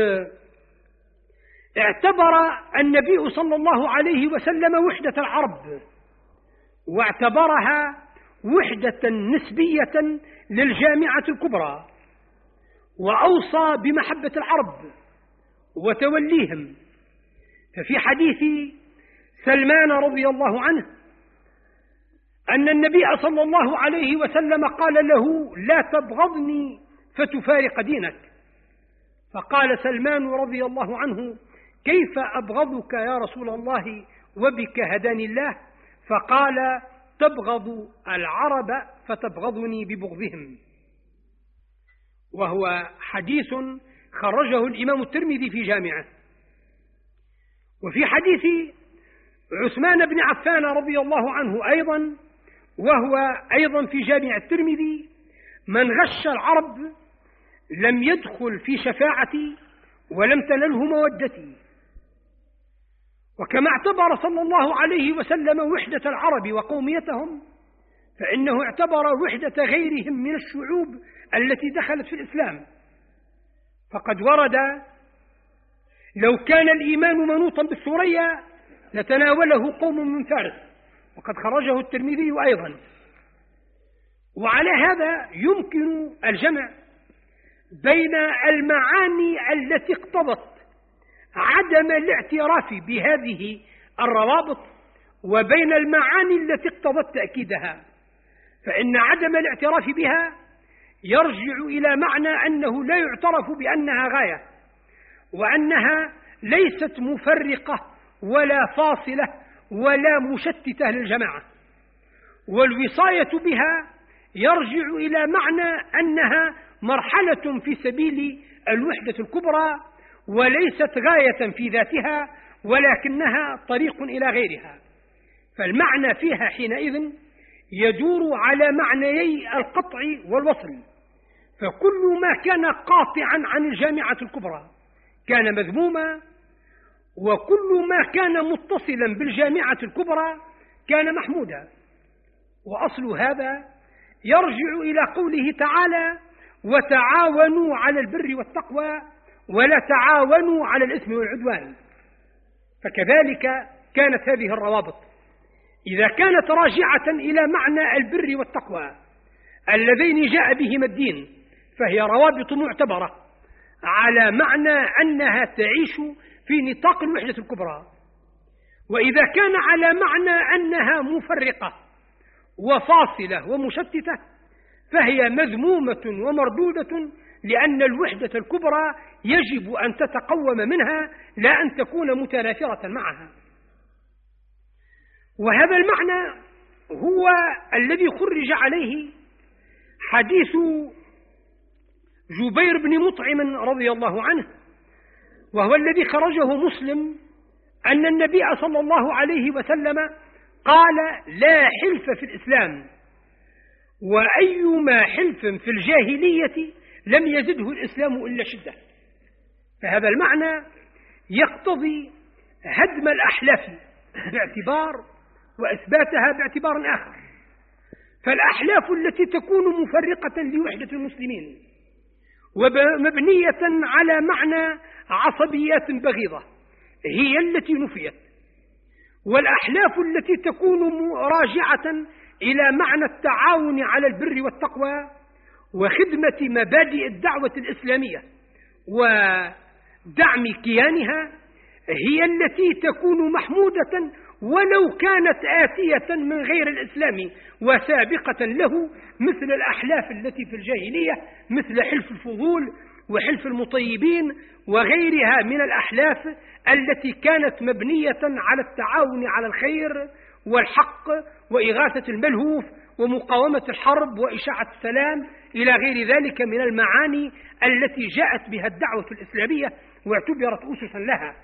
اعتبر النبي صلى الله عليه وسلم وحدة العرب واعتبرها وحدة نسبية للجامعة الكبرى، وأوصى بمحبة العرب وتوليهم. ففي حديث سلمان رضي الله عنه أن النبي صلى الله عليه وسلم قال له: لا تبغضني فتفارق دينك. فقال سلمان رضي الله عنه: كيف أبغضك يا رسول الله وبك هداني الله؟ فقال: تبغض العرب فتبغضني ببغضهم. وهو حديث خرجه الإمام الترمذي في جامعه. وفي حديث عثمان بن عفان رضي الله عنه أيضا وهو أيضا في جامع الترمذي: من غش العرب لم يدخل في شفاعتي ولم تنله مودتي. وكما اعتبر صلى الله عليه وسلم وحدة العرب وقوميتهم فإنه اعتبر وحدة غيرهم من الشعوب التي دخلت في الإسلام. فقد ورد: لو كان الإيمان منوطا بالثريا لتناوله قوم من فارس، وقد خرجه الترمذي أيضا. وعلى هذا يمكن الجمع بين المعاني التي اقتضت عدم الاعتراف بهذه الروابط وبين المعاني التي اقتضت تأكيدها. فإن عدم الاعتراف بها يرجع إلى معنى أنه لا يعترف بأنها غاية، وأنها ليست مفرقة ولا فاصلة ولا مشتتة للجماعة. والوصاية بها يرجع إلى معنى أنها مرحلة في سبيل الوحدة الكبرى وليست غاية في ذاتها ولكنها طريق إلى غيرها. فالمعنى فيها حينئذ يدور على معنيي القطع والوصل، فكل ما كان قاطعا عن الجامعة الكبرى كان مذموما، وكل ما كان متصلا بالجامعة الكبرى كان محمودا. وأصل هذا يرجع إلى قوله تعالى: وتعاونوا على البر والتقوى ولا تعاونوا على الإثم والعدوان. فكذلك كانت هذه الروابط إذا كانت راجعة إلى معنى البر والتقوى اللذين جاء بهما الدين فهي روابط معتبرة على معنى أنها تعيش في نطاق الوحدة الكبرى. وإذا كان على معنى أنها مفرقة وفاصلة ومشتتة فهي مذمومة ومردودة، لأن الوحدة الكبرى يجب أن تتقوم منها لا أن تكون متنافرة معها. وهذا المعنى هو الذي خرج عليه حديث جبير بن مطعم رضي الله عنه، وهو الذي خرجه مسلم، أن النبي صلى الله عليه وسلم قال: لا حلف في الإسلام، وأيما حلف في الجاهلية لم يزده الإسلام إلا شدة. فهذا المعنى يقتضي هدم الأحلاف باعتبار وإثباتها باعتبار آخر. فالأحلاف التي تكون مفرقة لوحدة المسلمين ومبنية على معنى عصبيات بغيضة هي التي نفيت، والأحلاف التي تكون راجعة إلى معنى التعاون على البر والتقوى وخدمة مبادئ الدعوة الإسلامية ودعم كيانها هي التي تكون محمودة ولو كانت آتية من غير الإسلام وسابقة له، مثل الأحلاف التي في الجاهلية مثل حلف الفضول وحلف المطيبين وغيرها من الأحلاف التي كانت مبنية على التعاون على الخير والحق وإغاثة الملهوف ومقاومة الحرب وإشاعة السلام إلى غير ذلك من المعاني التي جاءت بها الدعوة الإسلامية واعتبرت أسسا لها.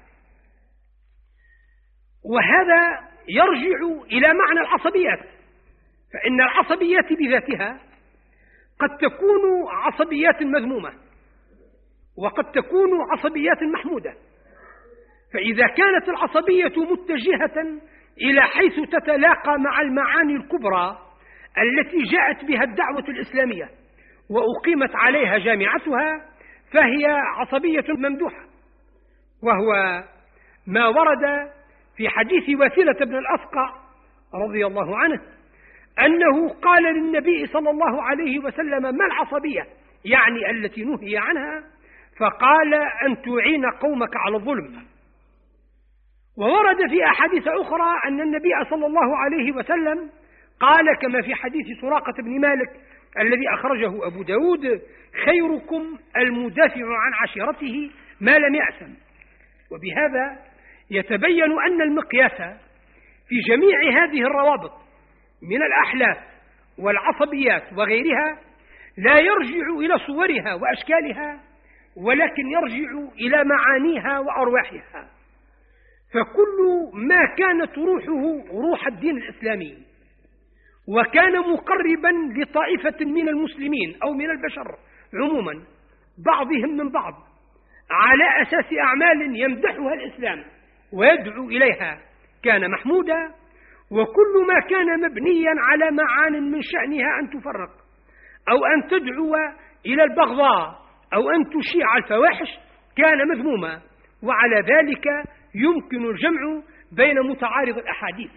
وهذا يرجع إلى معنى العصبيات، فإن العصبيات بذاتها قد تكون عصبيات مذمومة وقد تكون عصبيات محمودة. فإذا كانت العصبية متجهة إلى حيث تتلاقى مع المعاني الكبرى التي جاءت بها الدعوة الإسلامية وأقيمت عليها جامعتها، فهي عصبية ممدوحة، وهو ما ورد في حديث واسلة بن الأسقع رضي الله عنه أنه قال للنبي صلى الله عليه وسلم: ما العصبية؟ يعني التي نهي عنها. فقال: أن تعين قومك على الظلم. وورد في أحاديث أخرى أن النبي صلى الله عليه وسلم قال كما في حديث سراقة بن مالك الذي أخرجه أبو داود: خيركم المدافع عن عشيرته ما لم يأسم. وبهذا يتبين أن المقياس في جميع هذه الروابط من الأحلاف والعصبيات وغيرها لا يرجع إلى صورها وأشكالها، ولكن يرجع إلى معانيها وأرواحها. فكل ما كانت روحه روح الدين الإسلامي وكان مقربا لطائفة من المسلمين أو من البشر عموما بعضهم من بعض على أساس أعمال يمدحها الإسلام ويدعو إليها كان محمودا، وكل ما كان مبنيا على معان من شأنها أن تفرق أو أن تدعو إلى البغضاء أو أن تشيع الفواحش كان مذموما. وعلى ذلك يمكن الجمع بين متعارض الأحاديث.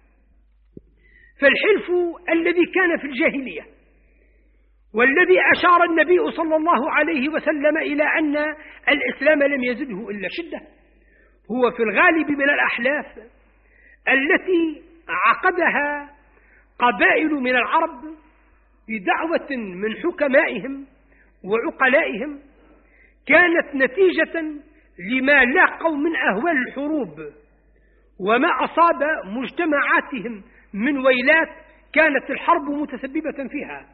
فالحلف الذي كان في الجاهلية والذي أشار النبي صلى الله عليه وسلم إلى أن الإسلام لم يزده إلا شدة هو في الغالب من الأحلاف التي عقدها قبائل من العرب بدعوة من حكمائهم وعقلائهم، كانت نتيجة لما لاقوا من أهوال الحروب وما أصاب مجتمعاتهم من ويلات كانت الحرب متسببة فيها.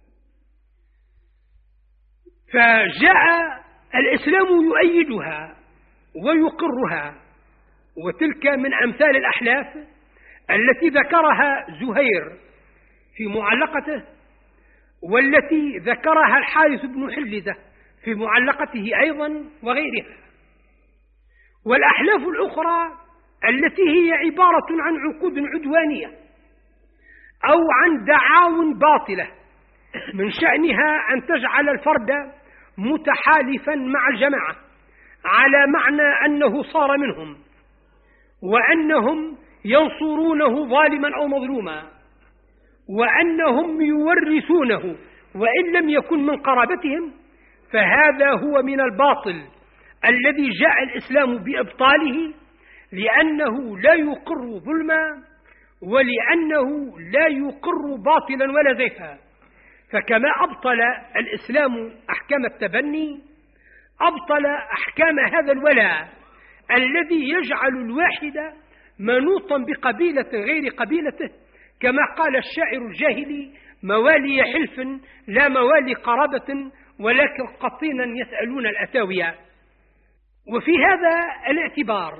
فجاء الإسلام يؤيدها ويقرها، وتلك من أمثال الأحلاف التي ذكرها زهير في معلقته، والتي ذكرها الحارث بن حلزة في معلقته أيضا وغيرها. والأحلاف الأخرى التي هي عبارة عن عقود عدوانية أو عن دعاو باطلة من شأنها أن تجعل الفرد متحالفا مع الجماعة على معنى أنه صار منهم وأنهم ينصرونه ظالما أو مظلوما وأنهم يورثونه وإن لم يكن من قرابتهم، فهذا هو من الباطل الذي جاء الإسلام بإبطاله، لأنه لا يقر ظلما ولأنه لا يقر باطلا ولا زيفا. فكما أبطل الإسلام أحكام التبني أبطل أحكام هذا الولاء الذي يجعل الواحد منوطا بقبيلة غير قبيلته، كما قال الشاعر الجاهلي: موالي حلف لا موالي قرابة ولكن قطينا يسألون الأتاوية. وفي هذا الاعتبار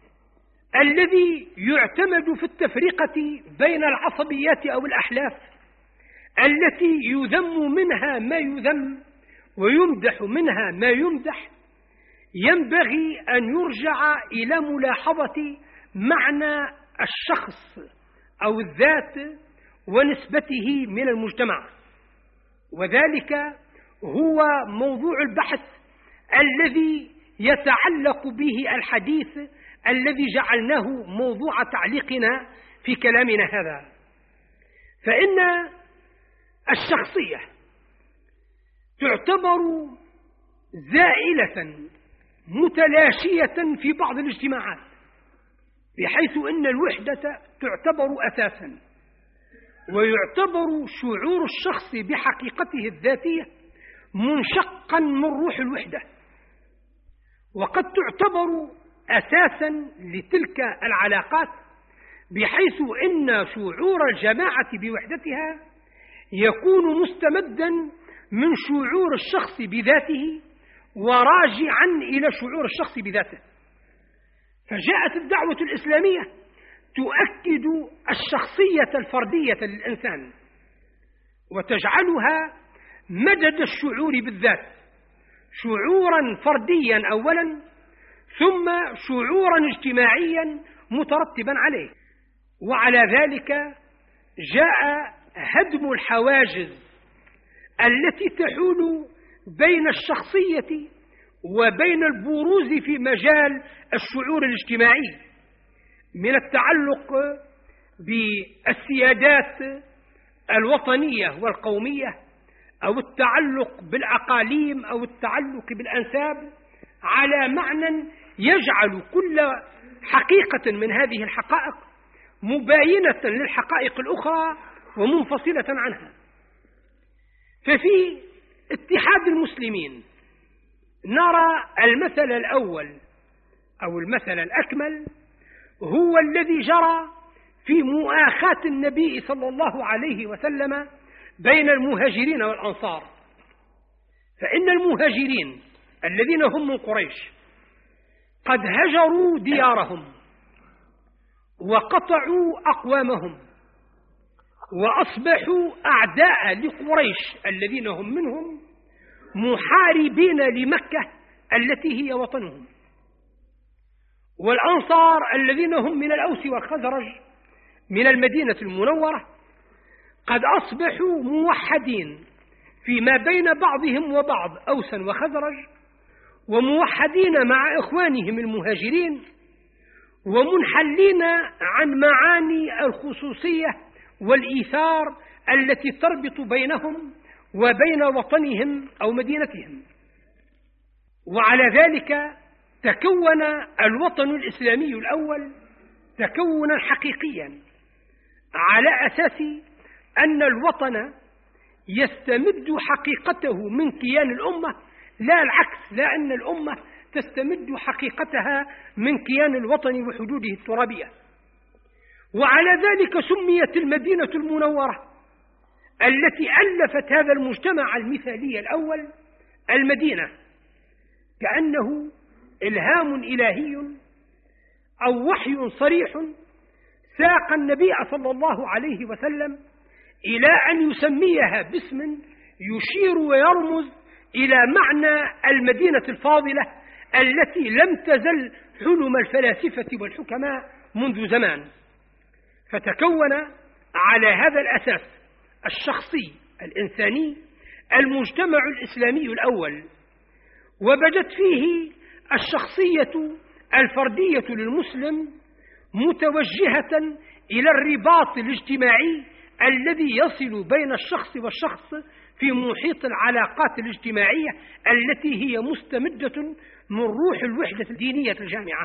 الذي يعتمد في التفرقة بين العصبيات أو الأحلاف التي يذم منها ما يذم ويمدح منها ما يمدح، ينبغي أن يرجع إلى ملاحظة معنى الشخص أو الذات ونسبته من المجتمع، وذلك هو موضوع البحث الذي يتعلق به الحديث الذي جعلناه موضوع تعليقنا في كلامنا هذا. فإن الشخصية تعتبر زائلة متلاشية في بعض الاجتماعات، بحيث أن الوحدة تعتبر أساسا، ويعتبر شعور الشخص بحقيقته الذاتية منشقا من روح الوحدة، وقد تعتبر أساسا لتلك العلاقات، بحيث أن شعور الجماعة بوحدتها يكون مستمدا من شعور الشخص بذاته وراجعا إلى شعور الشخص بذاته. فجاءت الدعوة الإسلامية تؤكد الشخصية الفردية للإنسان وتجعلها مدد الشعور بالذات، شعورا فرديا أولا ثم شعورا اجتماعيا مترتبا عليه. وعلى ذلك جاء هدم الحواجز التي تحول بين الشخصية وبين البروز في مجال الشعور الاجتماعي، من التعلق بالسيادات الوطنية والقومية أو التعلق بالأقاليم أو التعلق بالأنساب، على معنى يجعل كل حقيقة من هذه الحقائق مباينة للحقائق الأخرى ومنفصلة عنها. ففي اتحاد المسلمين نرى المثل الأول أو المثل الأكمل هو الذي جرى في مؤاخاة النبي صلى الله عليه وسلم بين المهاجرين والأنصار. فإن المهاجرين الذين هم من قريش قد هجروا ديارهم وقطعوا أقوامهم وأصبحوا أعداء لقريش الذين هم منهم، محاربين لمكة التي هي وطنهم. والأنصار الذين هم من الأوس والخزرج من المدينة المنورة قد أصبحوا موحدين فيما بين بعضهم وبعض أوسا وخزرج، وموحدين مع إخوانهم المهاجرين، ومنحلين عن معاني الخصوصية والإيثار التي تربط بينهم وبين وطنهم أو مدينتهم. وعلى ذلك تكون الوطن الإسلامي الأول تكونا حقيقيا على أساس أن الوطن يستمد حقيقته من كيان الأمة، لا العكس، لا أن الأمة تستمد حقيقتها من كيان الوطن وحدوده الترابية. وعلى ذلك سميت المدينة المنورة التي ألفت هذا المجتمع المثالي الأول المدينة، كأنه إلهام إلهي أو وحي صريح ساق النبي صلى الله عليه وسلم إلى أن يسميها باسم يشير ويرمز إلى معنى المدينة الفاضلة التي لم تزل حلم الفلاسفة والحكماء منذ زمان. فتكون على هذا الأساس الشخصي الإنساني المجتمع الإسلامي الأول، وبدت فيه الشخصية الفردية للمسلم متوجهة إلى الرباط الاجتماعي الذي يصل بين الشخص والشخص في محيط العلاقات الاجتماعية التي هي مستمدة من روح الوحدة الدينية الجامعة.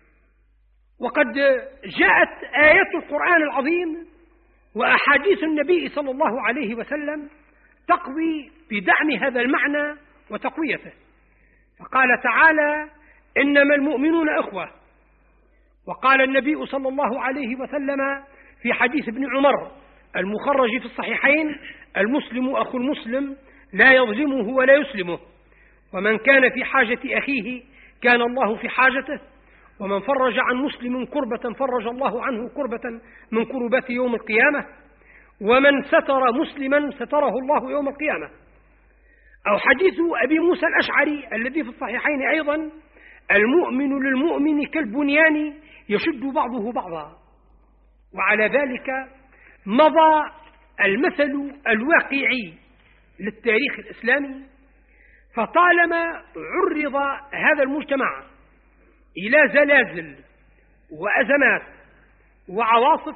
وقد جاءت آيات القرآن العظيم وأحاديث النبي صلى الله عليه وسلم تقضي بدعم هذا المعنى وتقويته. فقال تعالى: إنما المؤمنون إخوة. وقال النبي صلى الله عليه وسلم في حديث ابن عمر المخرج في الصحيحين: المسلم أخو المسلم لا يظلمه ولا يسلمه، ومن كان في حاجة أخيه كان الله في حاجته، ومن فرج عن مسلم كربة فرج الله عنه كربة من كربات يوم القيامة، ومن ستر مسلما ستره الله يوم القيامة. أو حديث أبي موسى الأشعري الذي في الصحيحين أيضا: المؤمن للمؤمن كالبنيان يشد بعضه بعضا. وعلى ذلك مضى المثل الواقعي للتاريخ الإسلامي، فطالما عرض هذا المجتمع إلى زلازل وأزمات وعواصف،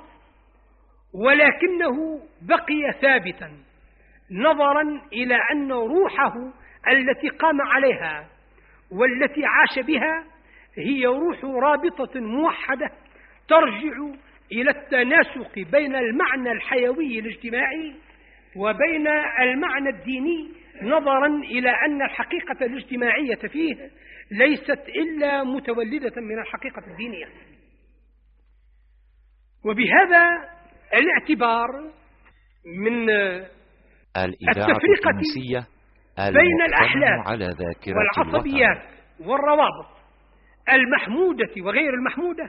ولكنه بقي ثابتا نظرا إلى أن روحه التي قام عليها والتي عاش بها هي روح رابطة موحدة ترجع إلى التناسق بين المعنى الحيوي الاجتماعي وبين المعنى الديني، نظرا إلى أن الحقيقة الاجتماعية فيه ليست إلا متولدة من الحقيقة الدينية. وبهذا الاعتبار من الإذاعة التونسية بين الأحلاف على ذاكرة والعصبيات والروابط المحمودة وغير المحمودة،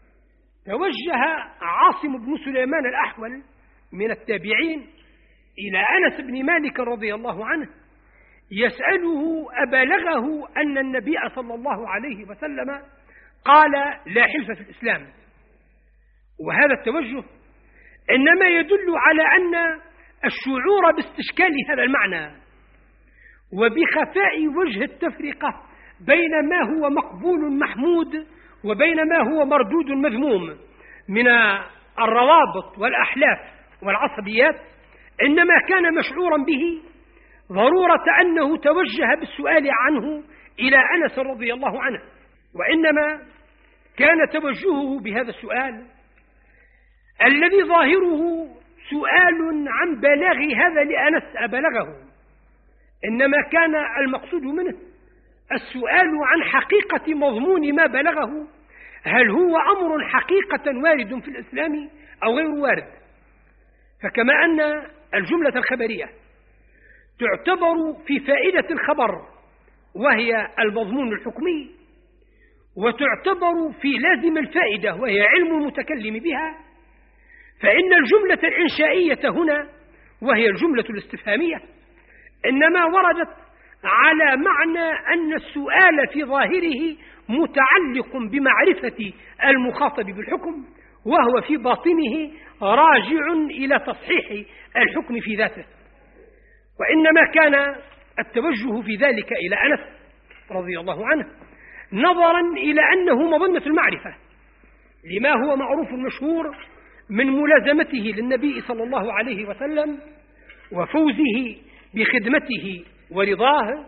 توجه عاصم بن سليمان الأحول من التابعين إلى أنس بن مالك رضي الله عنه يسأله أبلغه أن النبي صلى الله عليه وسلم قال لا حلف في الإسلام. وهذا التوجه إنما يدل على أن الشعور باستشكال هذا المعنى وبخفاء وجه التفرقة بين ما هو مقبول محمود وبين ما هو مردود مذموم من الروابط والأحلاف والعصبيات إنما كان مشعورا به ضرورة أنه توجه بالسؤال عنه إلى أنس رضي الله عنه، وإنما كان توجهه بهذا السؤال الذي ظاهره سؤال عن بلاغ هذا لأنس أبلغه، إنما كان المقصود منه السؤال عن حقيقة مضمون ما بلغه، هل هو أمر حقيقة وارد في الإسلام أو غير وارد. فكما أن الجملة الخبرية تعتبر في فائدة الخبر وهي المضمون الحكمي، وتعتبر في لازم الفائدة وهي علم المتكلم بها، فإن الجملة الإنشائية هنا وهي الجملة الاستفهامية إنما وردت على معنى أن السؤال في ظاهره متعلق بمعرفة المخاطب بالحكم، وهو في باطنه راجع إلى تصحيح الحكم في ذاته. وإنما كان التوجه في ذلك إلى أنس رضي الله عنه نظرا إلى أنه مظنة المعرفة لما هو معروف مشهور من ملازمته للنبي صلى الله عليه وسلم وفوزه بخدمته ورضاه،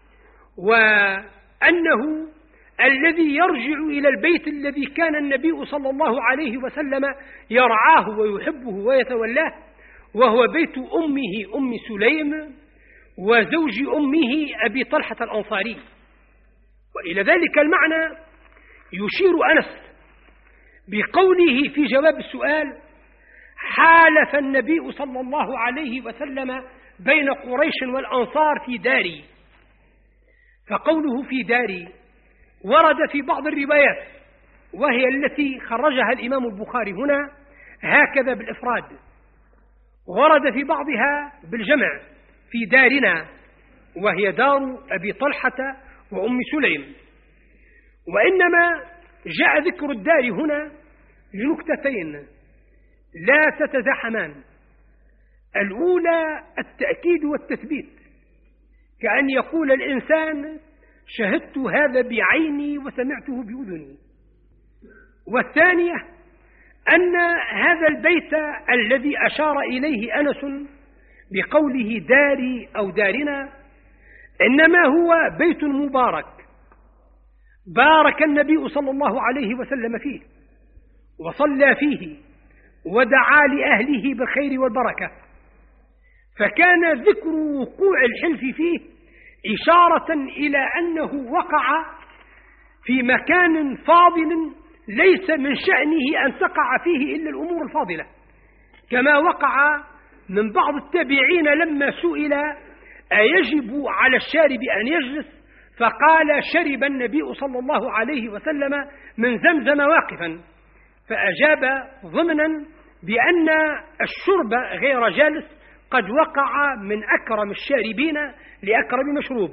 وأنه الذي يرجع إلى البيت الذي كان النبي صلى الله عليه وسلم يرعاه ويحبه ويتولاه، وهو بيت أمه أم سليم وزوج أمه أبي طلحة الأنصاري. وإلى ذلك المعنى يشير أنس بقوله في جواب السؤال حالف النبي صلى الله عليه وسلم بين قريش والأنصار في داري. فقوله في داري ورد في بعض الروايات وهي التي خرجها الإمام البخاري هنا هكذا بالإفراد، ورد في بعضها بالجمع في دارنا وهي دار أبي طلحة وأم سليم. وإنما جاء ذكر الدار هنا لنكتتين لا تتزاحمان: الأولى التأكيد والتثبيت، كأن يقول الإنسان شهدت هذا بعيني وسمعته بأذني. والثانية أن هذا البيت الذي أشار إليه أنس بقوله داري أو دارنا إنما هو بيت مبارك بارك النبي صلى الله عليه وسلم فيه وصلى فيه ودعا لأهله بالخير والبركة، فكان ذكر وقوع الحلف فيه إشارة إلى أنه وقع في مكان فاضل ليس من شأنه أن تقع فيه إلا الأمور الفاضلة، كما وقع من بعض التابعين لما سئل أيجب على الشارب أن يجلس فقال شرب النبي صلى الله عليه وسلم من زمزم واقفا، فأجاب ضمنا بأن الشرب غير جالس قد وقع من أكرم الشاربين لأكرم مشروب.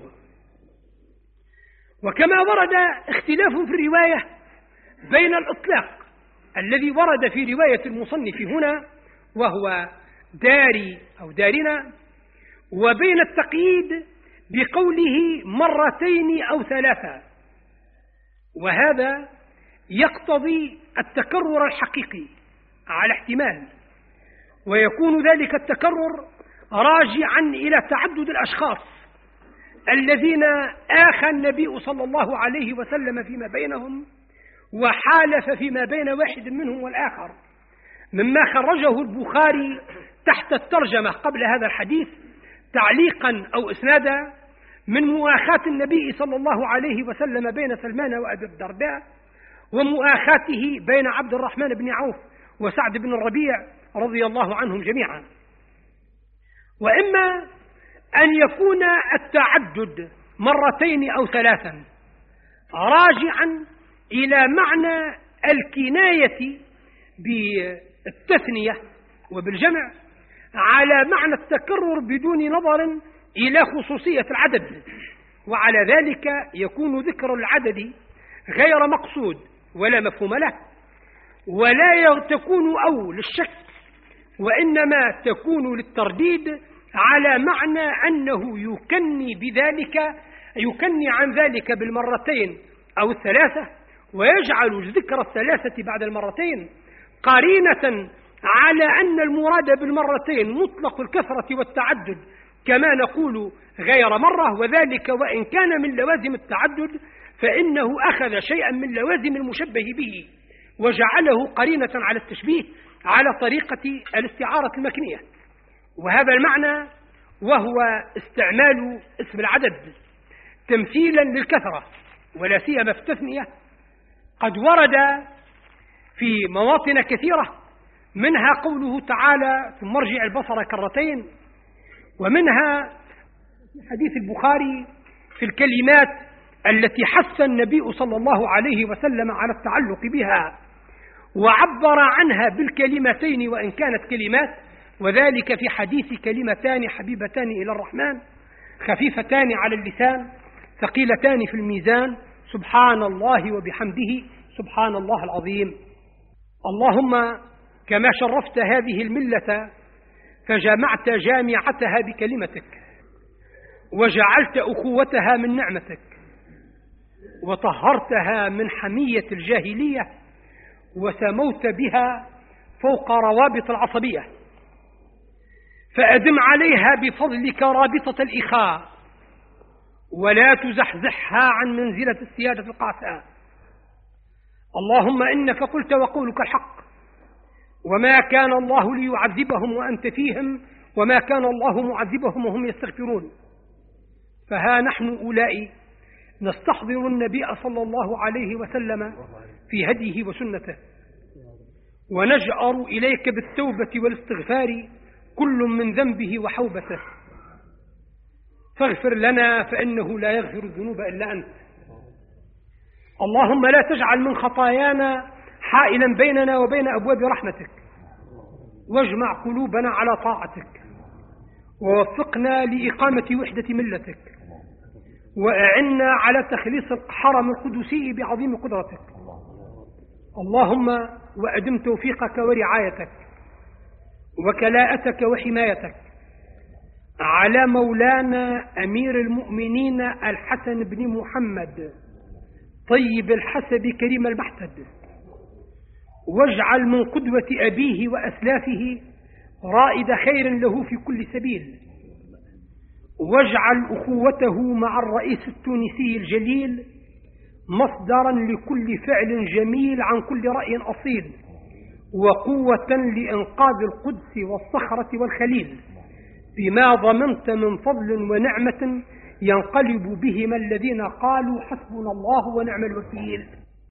وكما ورد اختلاف في الرواية بين الإطلاق الذي ورد في رواية المصنف هنا وهو داري أو دارنا، وبين التقييد بقوله مرتين أو ثلاثة، وهذا يقتضي التكرر الحقيقي على احتمال، ويكون ذلك التكرر راجعا إلى تعدد الأشخاص الذين آخى النبي صلى الله عليه وسلم فيما بينهم وحالف فيما بين واحد منهم والآخر، مما خرجه البخاري تحت الترجمة قبل هذا الحديث تعليقا أو إسنادا من مؤاخاة النبي صلى الله عليه وسلم بين سلمان وأبي الدرداء، ومؤاخاته بين عبد الرحمن بن عوف وسعد بن الربيع رضي الله عنهم جميعا. وإما أن يكون التعدد مرتين أو ثلاثا راجعا إلى معنى الكناية بالتثنية وبالجمع على معنى التكرر بدون نظر إلى خصوصية العدد، وعلى ذلك يكون ذكر العدد غير مقصود ولا مفهوم له، ولا تكون أو للشك، وإنما تكون للترديد على معنى أنه يكني عن ذلك بالمرتين أو الثلاثة، ويجعل ذكر الثلاثة بعد المرتين قرينة على أن المراد بالمرتين مطلق الكثرة والتعدد كما نقول غير مرة، وذلك وإن كان من لوازم التعدد فإنه أخذ شيئا من لوازم المشبه به وجعله قرينة على التشبيه على طريقة الاستعارة المكنية. وهذا المعنى وهو استعمال اسم العدد تمثيلا للكثرة ولا سيما في التثنية قد ورد في مواطن كثيرة، منها قوله تعالى ثم ارجع البصر كرتين، ومنها حديث البخاري في الكلمات التي حث النبي صلى الله عليه وسلم على التعلق بها وعبر عنها بالكلمتين وإن كانت كلمات، وذلك في حديث كلمتان حبيبتان إلى الرحمن خفيفتان على اللسان ثقيلتان في الميزان سبحان الله وبحمده سبحان الله العظيم. اللهم كما شرفت هذه الملة فجمعت جامعتها بكلمتك وجعلت أخوتها من نعمتك وطهرتها من حمية الجاهلية وسموت بها فوق روابط العصبية، فأدم عليها بفضلك رابطة الإخاء ولا تزحزحها عن منزلة السيادة القعساء. اللهم إنك قلت وقولك الحق وما كان الله ليعذبهم وأنت فيهم وما كان الله معذبهم وهم يستغفرون. فها نحن أولئك نستحضر النبي صلى الله عليه وسلم في هديه وسنته ونجأر إليك بالتوبة والاستغفار كل من ذنبه وحوبته، فاغفر لنا فإنه لا يغفر الذنوب إلا أنت. اللهم لا تجعل من خطايانا حائلا بيننا وبين أبواب رحمتك، واجمع قلوبنا على طاعتك، ووفقنا لإقامة وحدة ملتك، وأعنا على تخليص الحرم القدسي بعظيم قدرتك. اللهم وأدم توفيقك ورعايتك وكلاءتك وحمايتك على مولانا أمير المؤمنين الحسن بن محمد طيب الحسب كريم المحتد، واجعل من قدوة أبيه وأسلافه رائد خير له في كل سبيل، واجعل أخوته مع الرئيس التونسي الجليل مصدرا لكل فعل جميل عن كل رأي أصيل، وقوة لإنقاذ القدس والصخرة والخليل، بما ضمنت من فضل ونعمة ينقلب بهما الذين قالوا حسبنا الله ونعم الوكيل.